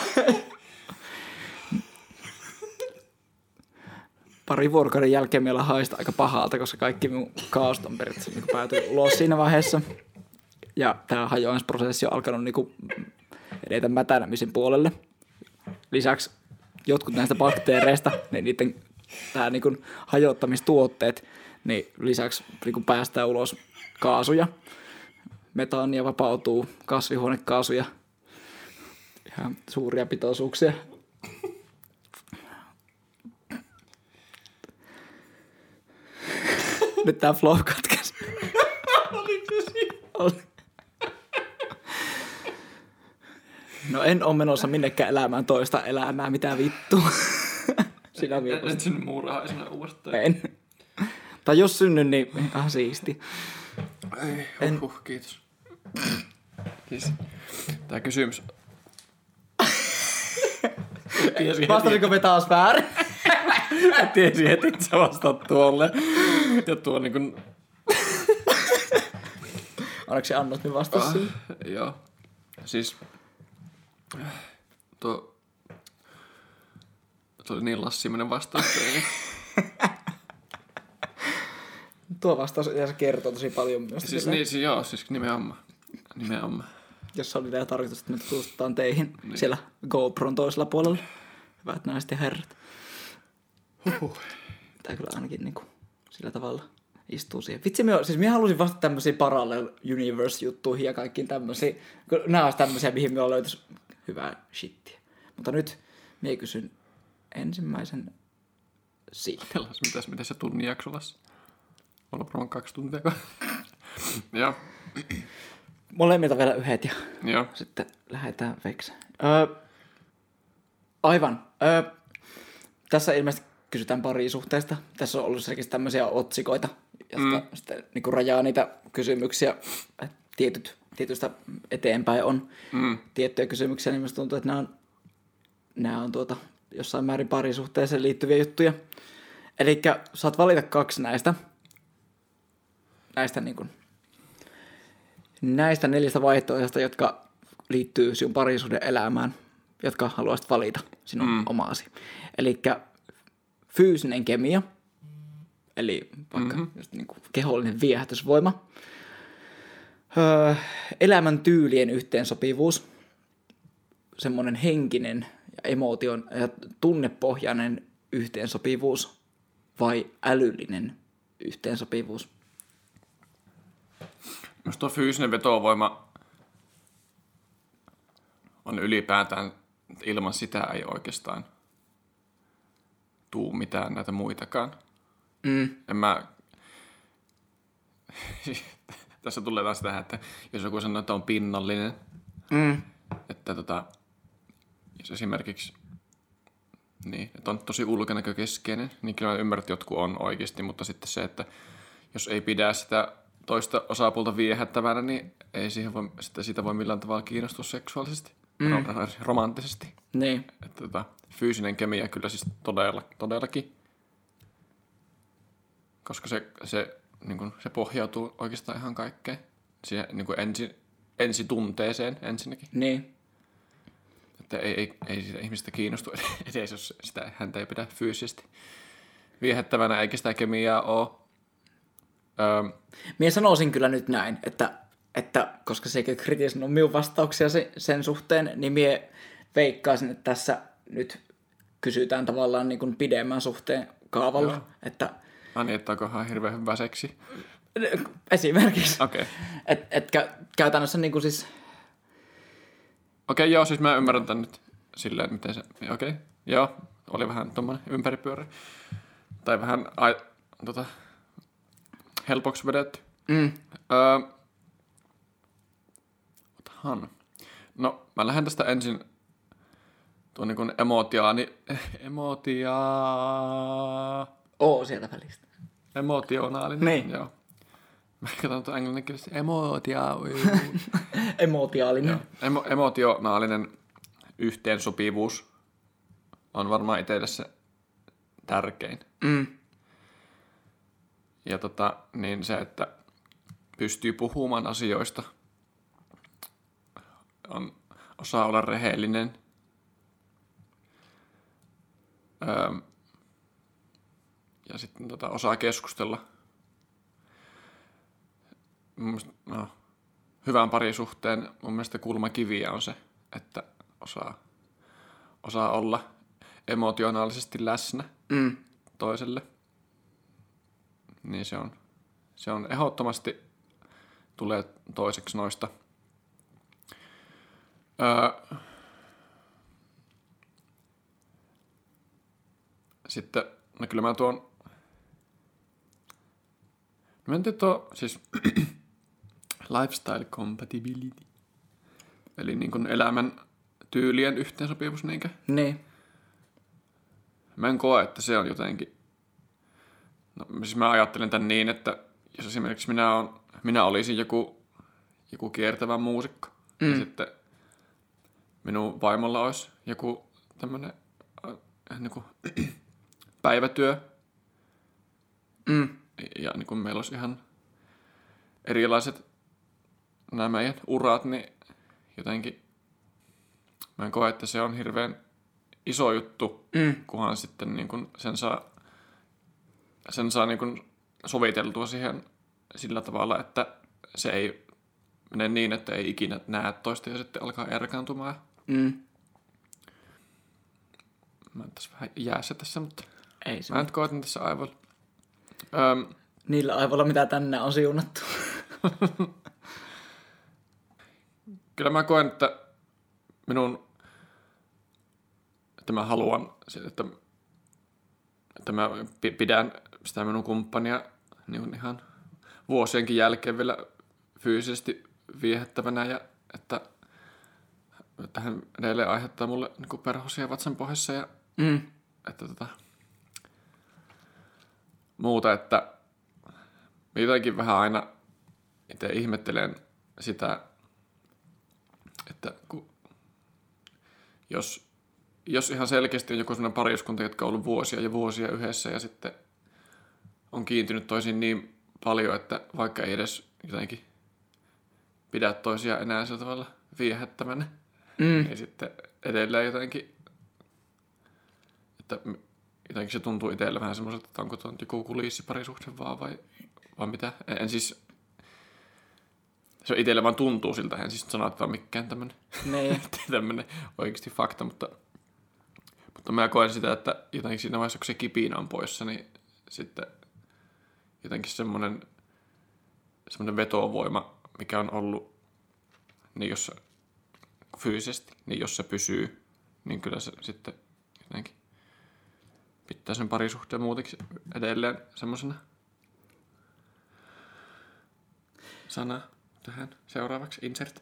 pari vuorokauden jälkeen meillä haista aika pahalta, koska kaikki mun kaasut on periaatteessa niin päätynyt ulos siinä vaiheessa. Ja tämä hajoamisprosessi on alkanut niin kuin edetä mätänemisen puolelle. Lisäksi jotkut näistä bakteereista, niin niiden tämä niin kuin hajottamistuotteet, niin lisäksi niin kuin päästään ulos kaasuja. Metaania vapautuu, kasvihuonekaasuja, ihan suuria pitoisuuksia. Nyt tää flow katkesi. Oliko se siinä? No en ole menossa minnekään elämään toista elämää, mitä vittua. Sinä Et, et synny muurahaisena uudestaan. En. Tai jos synnyn, niin ihan siisti. Ei, En- huh, huh, kiitos. Siis, tää kysymys... Tiesin heti, Vastasinko me taas väärin? tiesin heti, että sä vastaat tuolle. Ja tuo niin kuin... Onneksi Annot me vastasi siihen. Joo. Siis... Tuo... Tuo oli niin lassimainen vastaus. Ei. Tuo vastaus yleensä kertoo tosi paljon myös. Siis sillä, niin, siis joo, siis nimenomaan. Nimenomaan. Jos oli vielä tarkoitus, että me tutustutaan teihin niin. Siellä GoPron toisella puolella. Hyvät naiset ja herrat. Huhhuh. Tää kyllä ainakin niin kuin, sillä tavalla istuu siihen. Vitsi, minä, siis minä halusin vastata tämmöisiin parallel universe-juttuihin ja kaikkiin tämmöisiin. Nämä olisi tämmöisiä, mihin minä löytäisi hyvää shittiä. Mutta nyt minä kysyn ensimmäisen siitä. Kellas, mitäs, mitäs se tunnin jaksolassa? Olla varmaan kaksi tuntia. Joo. Molemmilta vielä yhdet ja Joo. sitten lähdetään veksään. Öö, aivan. Öö, tässä ilmeisesti kysytään parisuhteesta. Tässä on ollut selkeästi tämmöisiä otsikoita, jotka mm. sitten niin kuin rajaa niitä kysymyksiä. Tietyt, tietystä eteenpäin on mm. tiettyjä kysymyksiä, niin minusta tuntuu, että nämä on, nämä on tuota, jossain määrin parisuhteeseen liittyviä juttuja. Eli saat valita kaksi näistä. Näistä, niin kuin, näistä neljästä vaihtoehdosta, jotka liittyy sinun parisuhden elämään, jotka haluaisit valita sinun mm. omaasi. Eli fyysinen kemia, eli vaikka mm-hmm. just niin kuin kehollinen viehätysvoima, öö, elämäntyylien yhteensopivuus, semmoinen henkinen ja emotion ja tunnepohjainen yhteensopivuus vai älyllinen yhteensopivuus. Minusta tuo fyysinen vetovoima on ylipäätään, ilman sitä ei oikeastaan tuu mitään näitä muitakaan. Mm. En mä... Tässä tulee taas tähän, että jos joku sanoo, että on pinnallinen, mm. että tota, jos esimerkiksi niin, että on tosi ulkonäkökeskeinen, niin kyllä mä ymmärrän, että jotkut on oikeasti, mutta sitten se, että jos ei pidä sitä toista osapuolta viehättävänä, niin ei siihen voi, sitä, sitä voi millään tavalla kiinnostua seksuaalisesti, mm. romanttisesti. Niin. Että, tota, fyysinen kemia kyllä siis todella, todellakin, koska se, se, niin kun, se pohjautuu oikeastaan ihan kaikkeen. Siihen niin kun ensi, ensitunteeseen ensinnäkin. Niin. Että ei, ei, ei sitä ihmistä kiinnostu edes, jos sitä, häntä ei pidä fyysisesti viehättävänä, eikä sitä kemiaa ole. Öö, Mie sanoisin kyllä nyt näin, että, että koska se ei kritisoinut minun vastauksia sen, sen suhteen, niin mie veikkaisin, että tässä nyt kysytään tavallaan niin kuin pidemmän suhteen kaavalla. Joo. Että, Ai niin, että onkohan hirveän hyvä seksi? Esimerkiksi. Okei. Okay. Et, et kä, käytännössä niin kuin siis... Okei, okay, joo, siis mä ymmärrän tämän nyt silleen, miten se... Okei, okay, joo. oli vähän tommonen ympäripyörä. Tai vähän ai, tota, helpoksi vedetty. Mm. Öö, otahan. No, mä lähden tästä ensin tuon niin kuin emotiaani... Emotia... Oo sieltä välistä. Emotionaalinen. Niin. Joo. Mä katson tuon englanninkielistä. Emotia... Emotiaalinen. Emo, emotionaalinen yhteensopivuus on varmaan itselle se tärkein. Mm. Ja tota, niin se, että pystyy puhumaan asioista, on, osaa olla rehellinen, öö, ja sitten tota, osaa keskustella. Mun mielestä, no, hyvän parisuhteen mun mielestä kulmakiviä on se, että osaa, osaa olla emotionaalisesti läsnä Mm. toiselle. Niin se on, se on ehdottomasti tulee toiseksi noista. Öö, sitten, no kyllä mä tuon, no mä en tiedä tuo, siis lifestyle compatibility, eli niin kuin elämän tyylien yhteensopivuus niinkö? Niin. Mä en koe, että se on jotenkin, no siis mä ajattelen tän niin, että jos esimerkiksi minä, on, minä olisin joku, joku kiertävä muusikko, mm. ja sitten minun vaimolla olisi joku tämmönen äh, niin kuin, päivätyö, Mm. ja niin kuin meillä olisi ihan erilaiset nämä meidän urat, niin jotenkin mä en koe, että se on hirveän iso juttu, Mm. kunhan sitten niin kuin sen saa, sen saa niin kuin soviteltua siihen sillä tavalla, että se ei mene niin, että ei ikinä näe toista ja sitten alkaa erkaantumaan. Mm. Mä en tässä vähän jäässä tässä, mutta Ei se. mä nyt koetin tässä aivoilla. Öm, Niillä aivoilla, mitä tänne on siunattu. kyllä mä koen, että minun, että mä haluan, että, että mä pidän sitä minun kumppania niin kuin ihan vuosienkin jälkeen vielä fyysisesti viehättävänä ja että, että hän edelleen aiheuttaa mulle niin kuin perhosia vatsan pohjassa ja Mm. että tota, muuta, että mä jotenkin vähän aina itse ihmettelen sitä, että kun, jos, jos ihan selkeästi on joku sellainen pariskunta, jotka on ollut vuosia ja vuosia yhdessä ja sitten on kiintynyt toisiin niin paljon, että vaikka ei edes jotenkin pidä toisia enää sillä tavalla viehättävänä, Mm. niin sitten edelleen jotenkin, että jotenkin se tuntuu itselle vähän semmoiselta, että onko tuon joku kulissiparisuhde vaan vai, vai mitä. En, en siis, se itselle vaan tuntuu siltä, en siis sano, että on mikään tämmönen, Niin. tämmönen oikeasti fakta, mutta, mutta mä koen sitä, että jotenkin siinä vaiheessa, kun se kipinä on poissa, niin sitten jotenkin semmoinen, semmoinen vetovoima, mikä on ollut, niin jos fyysisesti, niin jos se pysyy, niin kyllä se sitten jotenkin pitää sen parisuhteen muutenkin edelleen semmoisena sana tähän seuraavaksi, insert.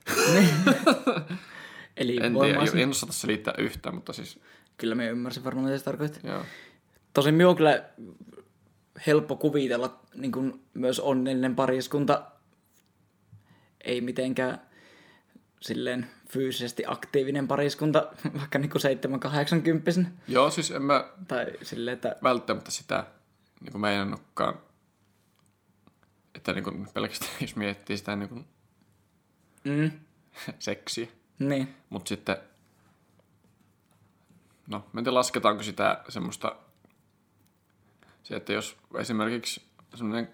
Eli En voimaa tiedä, en osata selittää yhtään, mutta siis Kyllä me ymmärsin varmaan, mitä se tarkoittaa. joo. Tosin minun on kyllä helppo kuvitella niin kuin myös onnellinen pariskunta. Ei mitenkään silleen fyysisesti aktiivinen pariskunta, vaikka niin kuin seitsemän kahdeksankymppisen. Joo, siis en mä Tai silleen, että välttämättä sitä niin kuin meinannutkaan, että niin kuin pelkästään jos miettii sitä niin kuin mm, seksiä, niin. mutta sitten no, mä en tiedä lasketaanko sitä semmoista, se, että jos esimerkiksi semmoinen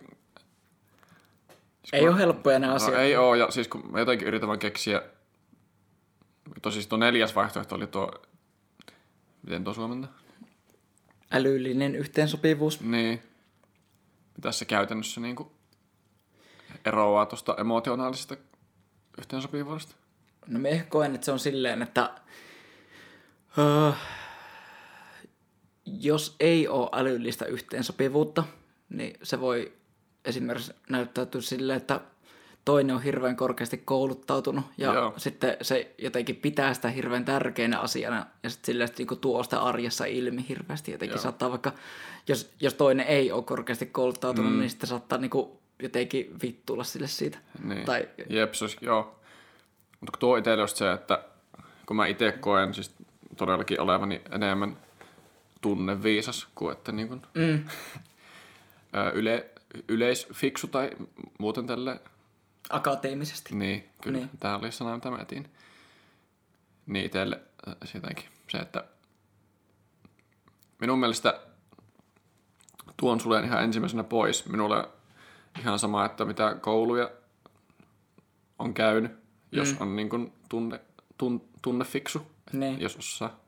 Ei ole helppoja nämä no, asiat. ei oo, ja siis kun mä jotenkin yritän vaan keksiä, tosis tuo neljäs vaihtoehto oli tuo, miten tuo suomentaa? Älyllinen yhteensopivuus. Niin, mitä se käytännössä niin kuin eroaa tuosta emotionaalisesta yhteensopivuudesta? No me ehkä koen, että se on silleen, että öö, jos ei ole älyllistä yhteensopivuutta, niin se voi esimerkiksi näyttäytyä silleen, että toinen on hirveän korkeasti kouluttautunut ja Joo. sitten se jotenkin pitää sitä hirveän tärkeänä asiana ja sitten silleen niin kuin tuo sitä arjessa ilmi hirveästi. Jotenkin Joo. saattaa vaikka, jos, jos toinen ei ole korkeasti kouluttautunut, Mm. niin sitten saattaa niin kuin jotenkin vittuilla sille siitä. Niin. Tai, Jep, se olisi, joo. Mutta tuo itselle just se, että kun mä itse koen siis todellakin olevani enemmän tunneviisas kuin että niin kuin, mm, yle, yleisfiksu tai muuten tälle. akateemisesti. Niin, kyllä. Niin. Tämä oli sana, mitä mä etin. Niin itselle äh, jotenkin se, että minun mielestä tuon sulle ihan ensimmäisenä pois. Minulle ihan sama, että mitä kouluja on käynyt, jos Mm. on niin kuin tunne, tun, tunnefiksu, Niin. jos osaa,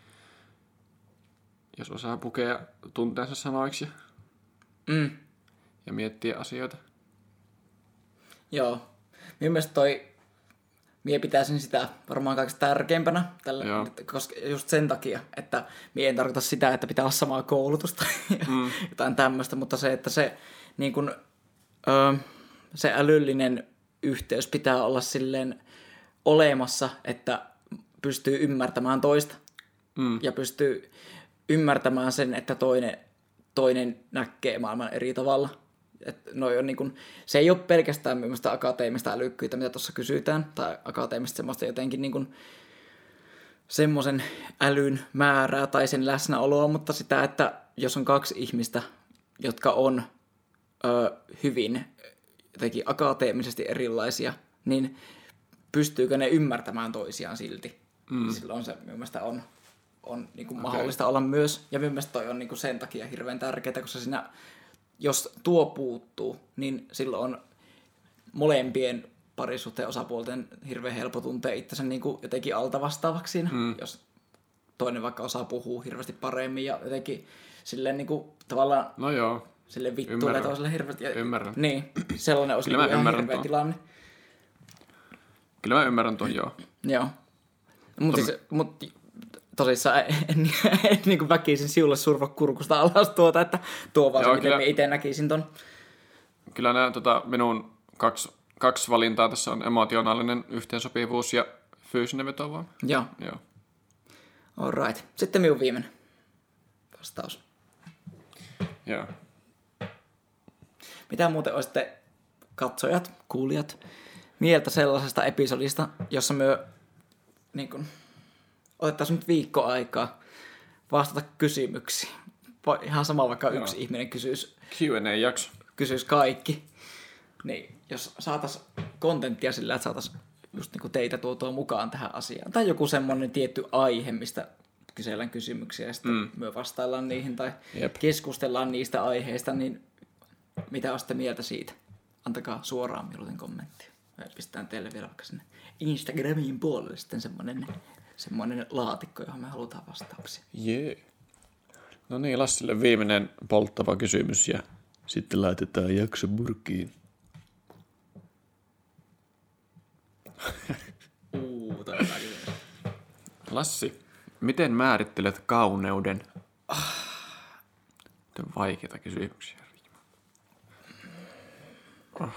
jos osaa pukea tunteensa sanoiksi ja, Mm. ja miettiä asioita. Joo. Minun mielestä toi, mie pitäisin sitä varmaan kaikista tärkeimpänä, tällä, Joo. koska just sen takia, että mie en tarkoita sitä, että pitää olla samaa koulutusta ja Mm. jotain tämmöistä, mutta se, että se, niin kun, ö, se älyllinen yhteys pitää olla silleen olemassa, että pystyy ymmärtämään toista Mm. ja pystyy ymmärtämään sen, että toinen, toinen näkee maailman eri tavalla. Et noi on niin kun, se ei ole pelkästään mielestäni akateemista älykkyyttä, mitä tuossa kysytään, tai akateemista semmoista jotenkin niin kun, semmoisen älyn määrää tai sen läsnäoloa, mutta sitä, että jos on kaksi ihmistä, jotka on ö, hyvin jotenkin akateemisesti erilaisia, niin pystyykö ne ymmärtämään toisiaan silti? Mm. Silloin se minun mielestä on, on niin kuin okay. mahdollista olla myös. Ja minun mielestä toi on niin kuin sen takia hirveän tärkeää, koska siinä, jos tuo puuttuu, niin silloin on molempien parisuhteen osapuolten hirveän helppo tuntea itsensä niin kuin jotenkin alta vastaavaksi siinä, mm. jos toinen vaikka osaa puhua hirveästi paremmin ja jotenkin silleen niin kuin tavallaan No joo. silleen vittuilee Ymmärrän. toiselle hirveästi. Ja, Ymmärrän. Niin, sellainen olisi Kyllä mä niin ihan ymmärrän hirveä tuon. tilanne. Kyllä mä ymmärrän tuon, joo. Joo. Mutta siis, mut, tosissaan en, en, en niin kuin väkisin siulle survo kurkusta alas tuota, että tuo vaan Joo, se, miten kyllä. mä itse näkisin ton. Kyllä nämä tota, minun kaksi, kaksi valintaa tässä on emotionaalinen yhteensopivuus ja fyysinen vetovoima. Joo, Joo. alright. Sitten minun viimeinen vastaus. Joo. Mitä muuten olisitte katsojat, kuulijat, mieltä sellaisesta episodista, jossa me niin kun, otettaisiin nyt viikko aikaa vastata kysymyksiin. Va- Ihan sama, vaikka Joo. yksi ihminen kysyisi, Q and A-jakso. kysyisi kaikki. Niin, jos saataisiin kontenttia sillä, että saataisiin just niin kuin teitä tuotua mukaan tähän asiaan. Tai joku semmoinen tietty aihe, mistä kysellään kysymyksiä ja sitten mm. me vastaillaan niihin tai Jep. keskustellaan niistä aiheista, niin mitä olette mieltä siitä? Antakaa suoraan mieluiten kommenttia. Me pistetään teille vielä vaikka sinne Instagramiin puolelle sitten semmoinen, semmoinen laatikko, johon me halutaan vastauksia. Jee. Yeah. No niin, Lassille viimeinen polttava kysymys ja sitten laitetaan jakso burkiin. Uu, toi on hyvä kysymys. Lassi, miten määrittelet kauneuden? Miten vaikeita kysymyksiä. Oh.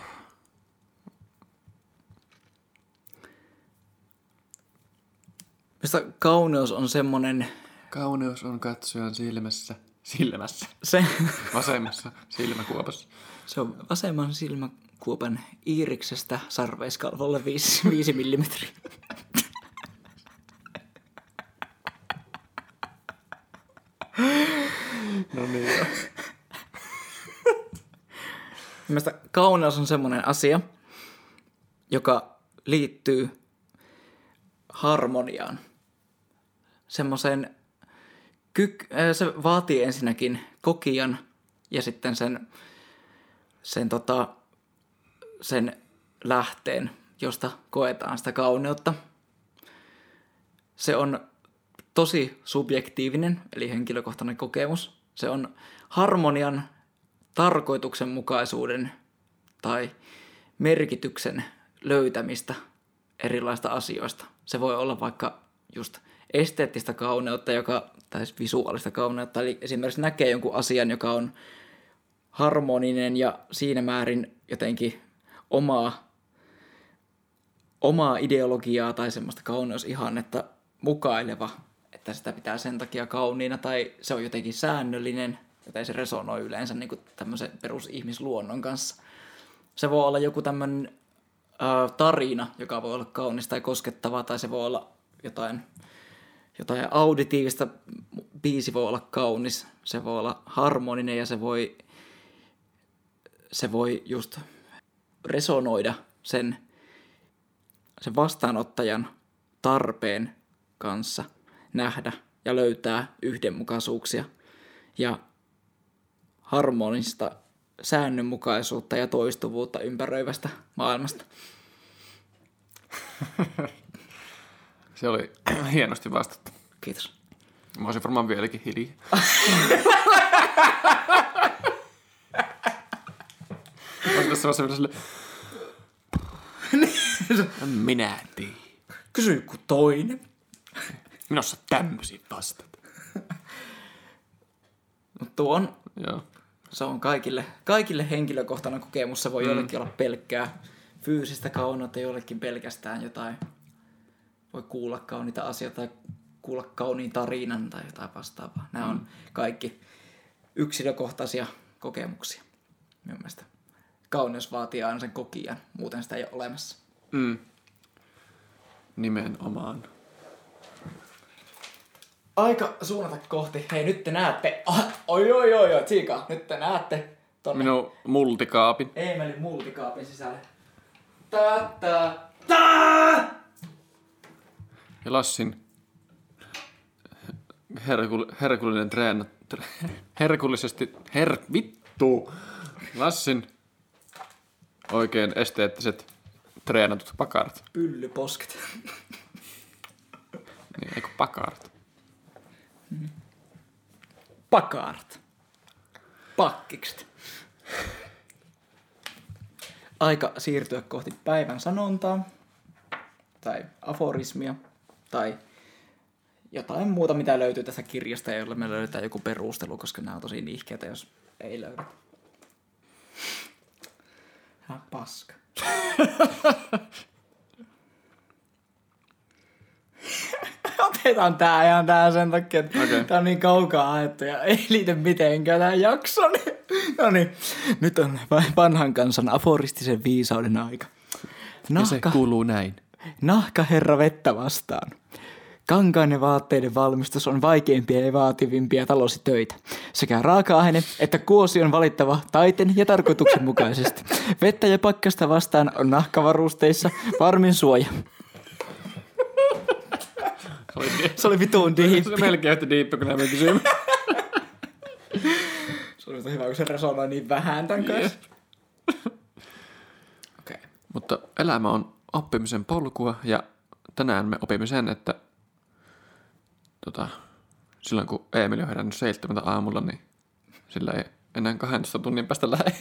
Mistä kauneus on semmoinen, Kauneus on katsojan silmässä. Silmässä. se, Vasemmassa silmäkuopassa. se on vasemman silmäkuopan iiriksestä sarveiskalvolle viisi, viisi millimetriä. No niin. Mielestäni kauneus on semmoinen asia, joka liittyy harmoniaan. Semmoisen, kyk- äh, se vaatii ensinnäkin kokijan ja sitten sen, sen, tota, sen lähteen, josta koetaan sitä kauneutta. Se on tosi subjektiivinen, eli henkilökohtainen kokemus. Se on harmonian, tarkoituksenmukaisuuden tai merkityksen löytämistä erilaista asioista. Se voi olla vaikka just esteettistä kauneutta, joka tai siis visuaalista kauneutta. Eli esimerkiksi näkee jonkun asian, joka on harmoninen ja siinä määrin jotenkin omaa, omaa ideologiaa tai semmoista kauneusihannetta mukaileva, että sitä pitää sen takia kauniina tai se on jotenkin säännöllinen, joten se resonoi yleensä niin kuin tämmöisen perusihmisluonnon kanssa. Se voi olla joku tämmöinen äh, tarina, joka voi olla kaunis tai koskettava, tai se voi olla jotain, jotain auditiivista, biisi voi olla kaunis, se voi olla harmoninen ja se voi, se voi just resonoida sen, sen vastaanottajan tarpeen kanssa nähdä ja löytää yhdenmukaisuuksia ja harmonista säännönmukaisuutta ja toistuvuutta ympäröivästä maailmasta. Se oli hienosti vastattu. Kiitos. Mä olisin varmaan vieläkin hiljaa. Olisin tässä vasta sille... Minä en tiedä. Kysy joku toinen. Minä osaa tämmöisiä vastata. Mutta tuo on, Joo. se on kaikille, kaikille henkilökohtainen kokemus. Se voi mm. jollekin olla pelkkää fyysistä kauneutta, jollekin pelkästään jotain. Voi kuulla kauniita asioita tai kuulla kauniin tarinan tai jotain vastaavaa. Nämä mm. on kaikki yksilökohtaisia kokemuksia. Minun mielestä kauneus vaatii aina sen kokijan, muuten sitä ei ole olemassa. Mm. Nimenomaan. Aika suunnata kohti. Hei, nyt te näette. Ah, oi, oi, oi, oi, tsiika. Nyt te näette tonne Minun multikaapin. Eemelin multikaapin sisälle. Tää, tää, tää! Ja Lassin herkul, herkullinen treena... Tre, herkullisesti... Her... Vittu! Lassin oikein esteettiset treenatut pakarat. Pyllyposket. Niin, eikö pakarat? Pakarat. Pakkikset. Aika siirtyä kohti päivän sanontaa. Tai aforismia. Tai jotain muuta, mitä löytyy tästä kirjasta, jolla me löydetään joku perustelu, koska nämä on tosi nihkeitä, jos ei löydä. Hä, paska. Otetaan tää ihan tää sen takia, että okay. Tää on niin kaukaa haettu ja ei liity mitenkään tää jakson. No niin, nyt on vanhan kansan aforistisen viisauden aika. Nahka, ja se kuuluu näin. Nahka herra vettä vastaan. Kankainen vaatteiden valmistus on vaikeimpia ja vaativimpia taloustöitä. Sekä raaka-aine että kuosi on valittava taiten ja tarkoituksenmukaisesti. Vettä ja pakkasta vastaan on nahkavarusteissa varmin suoja. Se oli vituun diippi. Se oli melkein yhtä diippi, kun nämä kysymään. Se oli hyvä, kun se resonoi niin vähän tämän kanssa. Okay. Mutta elämä on oppimisen polkua ja tänään me opimme sen, että tota, silloin kun Eemeli on herännyt seitsemältä aamulla, niin sillä ei enää kahdentoista tunnin päästä lähde.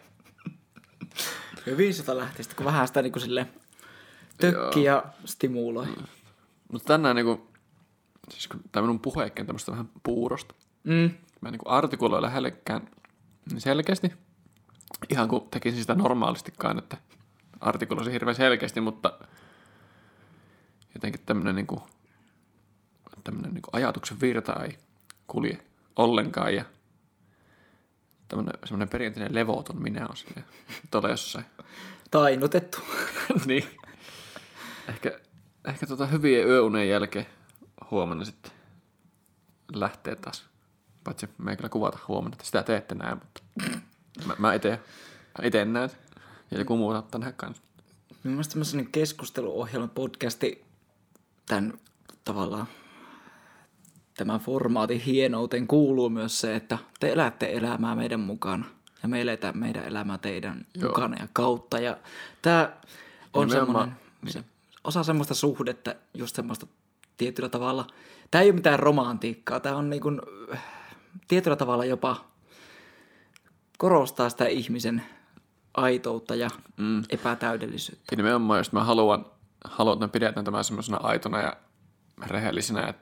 Hyvin sitä lähtee sitten, kun vähän sitä niin kuin silleen tökki ja stimuloi. Mm. Mutta tänään niinku, siis kun tää minun puheekin on tämmöstä vähän puurosta. Mm. Mä en niinku artikuloi lähellekään niin selkeästi. Ihan kuin tekisin sitä normaalistikaan, että artikuloisin hirveän selkeästi, mutta jotenkin tämmönen niinku, tämmönen niinku ajatuksen virta ei kulje ollenkaan ja tämmönen semmonen perinteinen levoton minä on silleen tuolla jossain. Tainutettu. Niin. Ehkä... Ehkä tota hyvien yöunien jälkeen huomenna sitten lähtee taas. Paitsi me ei kyllä kuvata huomenna, että sitä te ette näe, mutta mä, mä ite, ite näen ja joku muu ottaa nähdä kanssa. Mielestäni tämmöisen keskusteluohjelman podcasti tämän tavallaan tämän formaatin hienouteen kuuluu myös se, että te elätte elämää meidän mukana ja me eletään meidän elämää teidän Joo. mukana ja kautta. Ja tää on semmoinen... Se, osa semmoista suhdetta, just semmoista tietyllä tavalla. Tämä ei ole mitään romantiikkaa, tämä on niin kuin, tietyllä tavalla jopa korostaa sitä ihmisen aitoutta ja mm. epätäydellisyyttä. Ja nimenomaan, jos mä haluan, haluan että me pidetään tämän semmoisena aitona ja rehellisenä, että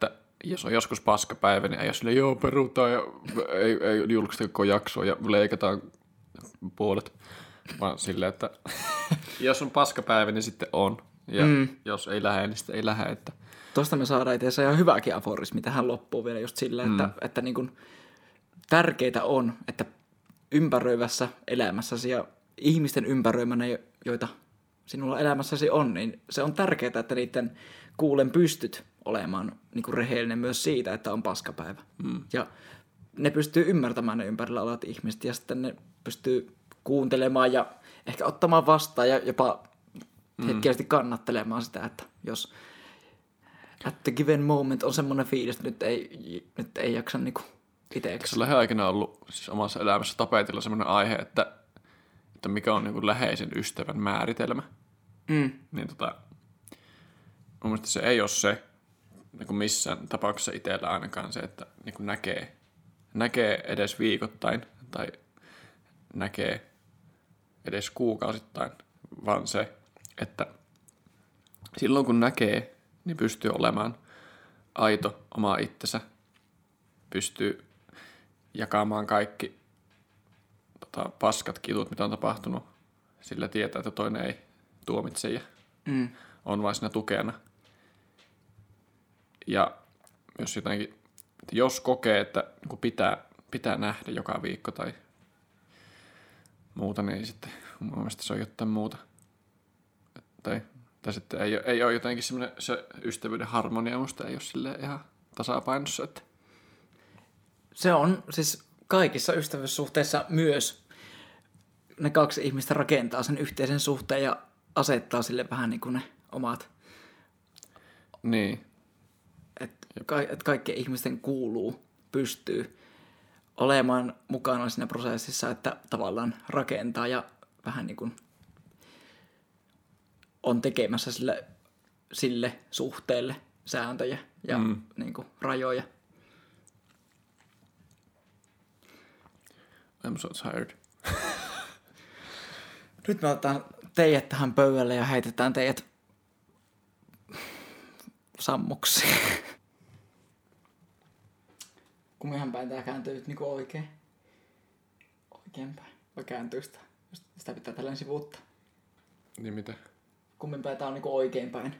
jos on joskus paskapäivä, niin ei ole silleen, joo, perutaan ja ei, ei julkista koko jaksoa ja leikataan puolet. Vaan silleen, että jos on paskapäivä, niin sitten on. Ja mm. jos ei lähde, niin sitten ei lähde. Että... Tuosta me saadaan itse asiassa ihan hyväkin aforismi tähän loppuun vielä just silleen, että, mm. että niin kuin tärkeää on, että ympäröivässä elämässäsi ja ihmisten ympäröimänä, joita sinulla elämässäsi on, niin se on tärkeää, että niiden kuulen pystyt olemaan niin kuin rehellinen myös siitä, että on paskapäivä. Mm. Ja ne pystyy ymmärtämään ne ympärillä olevat ihmiset ja sitten ne pystyy kuuntelemaan ja ehkä ottamaan vastaan ja jopa mm. hetkeästi kannattelemaan sitä, että jos at the given moment on semmoinen fiilis, että nyt ei, nyt ei jaksa niinku itseksi. Tässä on lähiaikana ollut siis omassa elämässä tapetilla semmoinen aihe, että, että mikä on niinku läheisen ystävän määritelmä. Mm. Niin tota, mun mielestä se ei ole se, niin kuin missään tapauksessa itsellä ainakaan se, että niin kuin näkee, näkee edes viikoittain tai näkee edes kuukausittain, vaan se, että silloin kun näkee, niin pystyy olemaan aito oma itsensä, pystyy jakamaan kaikki tota, paskat kitut, mitä on tapahtunut, sillä tietää, että toinen ei tuomitse ja mm. on vain siinä tukena. Ja myös jotenkin, että jos kokee, että niin pitää, pitää nähdä joka viikko tai muuta, niin sitten mun mielestä se on jotain muuta. Tai, tai sitten ei, ei ole jotenkin semmoinen, se ystävyyden harmonia musta ei ole silleen ihan tasapainossa. Että... Se on siis kaikissa ystävyyssuhteissa myös ne kaksi ihmistä rakentaa sen yhteisen suhteen ja asettaa sille vähän niin kuin ne omat... Niin. Että ka- et kaikkien ihmisten kuuluu, pystyy olemaan mukana siinä prosessissa, että tavallaan rakentaa ja vähän niin kuin on tekemässä sille, sille suhteelle sääntöjä ja mm. niin kuin rajoja. I'm so tired. Nyt me otetaan teidät tähän pöydälle ja heitetään teidät sammuksi. Kumminhan päin tää kääntyy nyt niinku oikein. Oikein päin. Vai kääntyy sitä? Sitä pitää tälleen sivuuttaa. Niin mitä? Kummin päin tää on niinku oikein päin.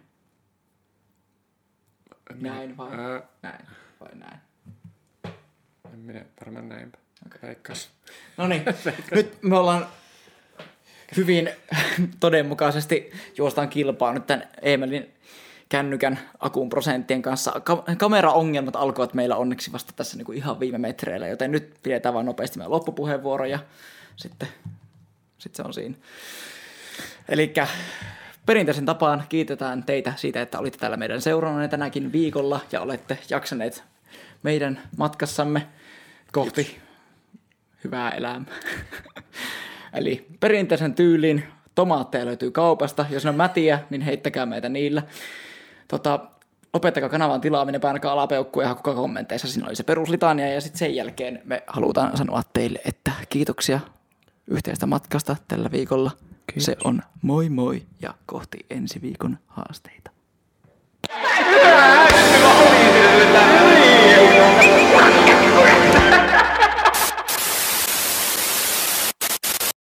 Näin vai? Ää... Näin vai näin? En minä varmaan näinpä. Okay. Veikkas. Noniin, nyt me ollaan hyvin todenmukaisesti juostaan kilpaa nyt tän Eemelin kännykän akun prosenttien kanssa. Ka- kameraongelmat alkoivat meillä onneksi vasta tässä niinku ihan viime metreillä, joten nyt pidetään vaan nopeasti meidän loppupuheenvuoro ja sitten sit se on siinä. Elikkä perinteisen tapaan kiitetään teitä siitä, että olitte täällä meidän seurannanne tänäkin viikolla ja olette jaksaneet meidän matkassamme kohti Kiitos. Hyvää elämää. Eli perinteisen tyylin tomaatteja löytyy kaupasta. Jos ne on mätiä, niin heittäkää meitä niillä. Tota, lopettakaa kanavan tilaaminen, painakaa alapeukkuja ja hakukaa kommenteissa. Siinä oli se peruslitania ja sitten sen jälkeen me halutaan sanoa teille, että kiitoksia yhteistä matkasta tällä viikolla. Kiitos. Se on moi moi ja kohti ensi viikon haasteita.